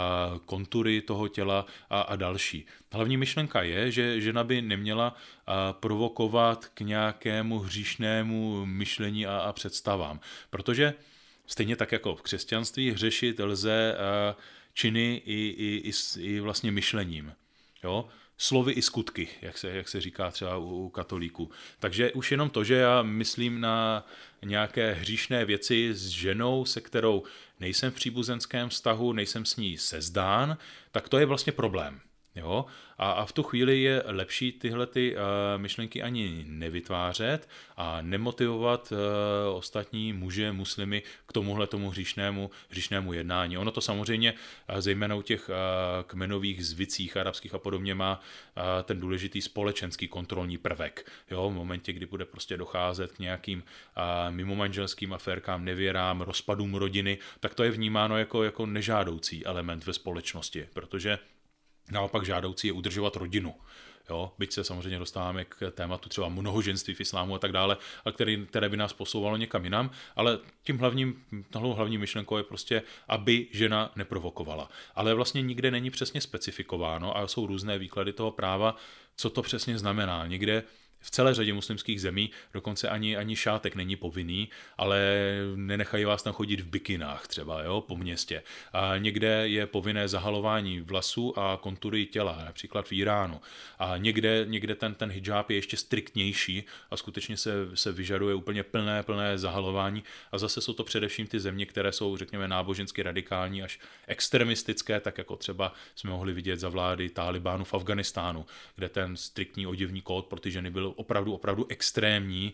kontury toho těla a, a další. Hlavní myšlenka je, že žena by neměla uh, provokovat k nějakému hříšnému myšlení a, a představám. Protože stejně tak jako v křesťanství hřešit lze uh, činy i, i, i, i vlastně myšlením. Jo? Slovy i skutky, jak se, jak se říká třeba u, u katolíků. Takže už jenom to, že já myslím na nějaké hříšné věci s ženou, se kterou nejsem v příbuzenském vztahu, nejsem s ní sezdán, tak to je vlastně problém. Jo? A, a v tu chvíli je lepší tyhle ty uh, myšlenky ani nevytvářet a nemotivovat uh, ostatní muže, muslimy k tomuhle tomu hříšnému, hříšnému jednání. Ono to samozřejmě, uh, zejména u těch uh, kmenových zvicích arabských a podobně, má uh, ten důležitý společenský kontrolní prvek. Jo? V momentě, kdy bude prostě docházet k nějakým uh, mimomanželským aférkám, nevěrám, rozpadům rodiny, tak to je vnímáno jako, jako nežádoucí element ve společnosti, protože naopak žádoucí je udržovat rodinu. Jo? Byť se samozřejmě dostáváme k tématu třeba mnohoženství v islámu a tak dále, který, které by nás posouvalo někam jinam, ale tím hlavním, hlavní myšlenkou je prostě, aby žena neprovokovala. Ale vlastně nikde není přesně specifikováno a jsou různé výklady toho práva, co to přesně znamená. Někde v celé řadě muslimských zemí dokonce ani, ani šátek není povinný, ale nenechají vás tam chodit v bikinách třeba, jo, po městě. A někde je povinné zahalování vlasů a kontury těla, například v Iránu. A někde, někde ten, ten hijab je ještě striktnější a skutečně se, se vyžaduje úplně plné, plné zahalování. A zase jsou to především ty země, které jsou, řekněme, nábožensky radikální až extremistické, tak jako třeba jsme mohli vidět za vlády Talibánu v Afganistánu, kde ten striktní oděvní kód pro ty ženy byl opravdu, opravdu extrémní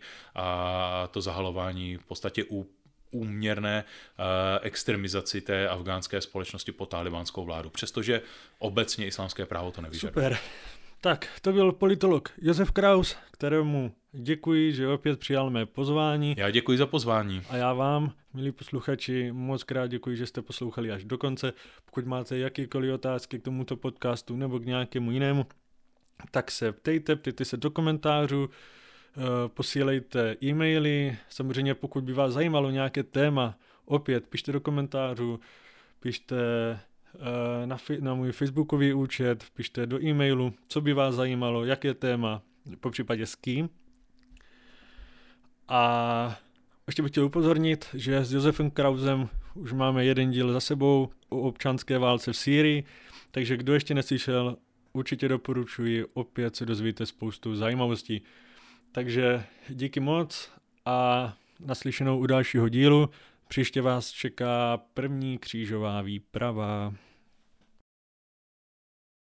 a to zahalování v podstatě u úměrné uh, extremizaci té afgánské společnosti pod talibánskou vládu, přestože obecně islámské právo to nevyžaduje. Super. Tak, to byl politolog Josef Kraus, kterému děkuji, že opět přijal mé pozvání. Já děkuji za pozvání. A já vám, milí posluchači, moc krát děkuji, že jste poslouchali až do konce. Pokud máte jakýkoliv otázky k tomuto podcastu nebo k nějakému jinému, tak se ptejte, ptejte se do komentářů, posílejte e-maily, samozřejmě pokud by vás zajímalo nějaké téma, opět pište do komentářů, pište na, na můj facebookový účet, pište do e-mailu, co by vás zajímalo, jaké téma, popřípadě s kým. A ještě bych chtěl upozornit, že s Josefem Krausem už máme jeden díl za sebou o občanské válce v Sýrii, takže kdo ještě neslyšel, určitě doporučuji, opět se dozvíte spoustu zajímavostí. Takže díky moc a naslyšenou u dalšího dílu. Příště vás čeká první křížová výprava.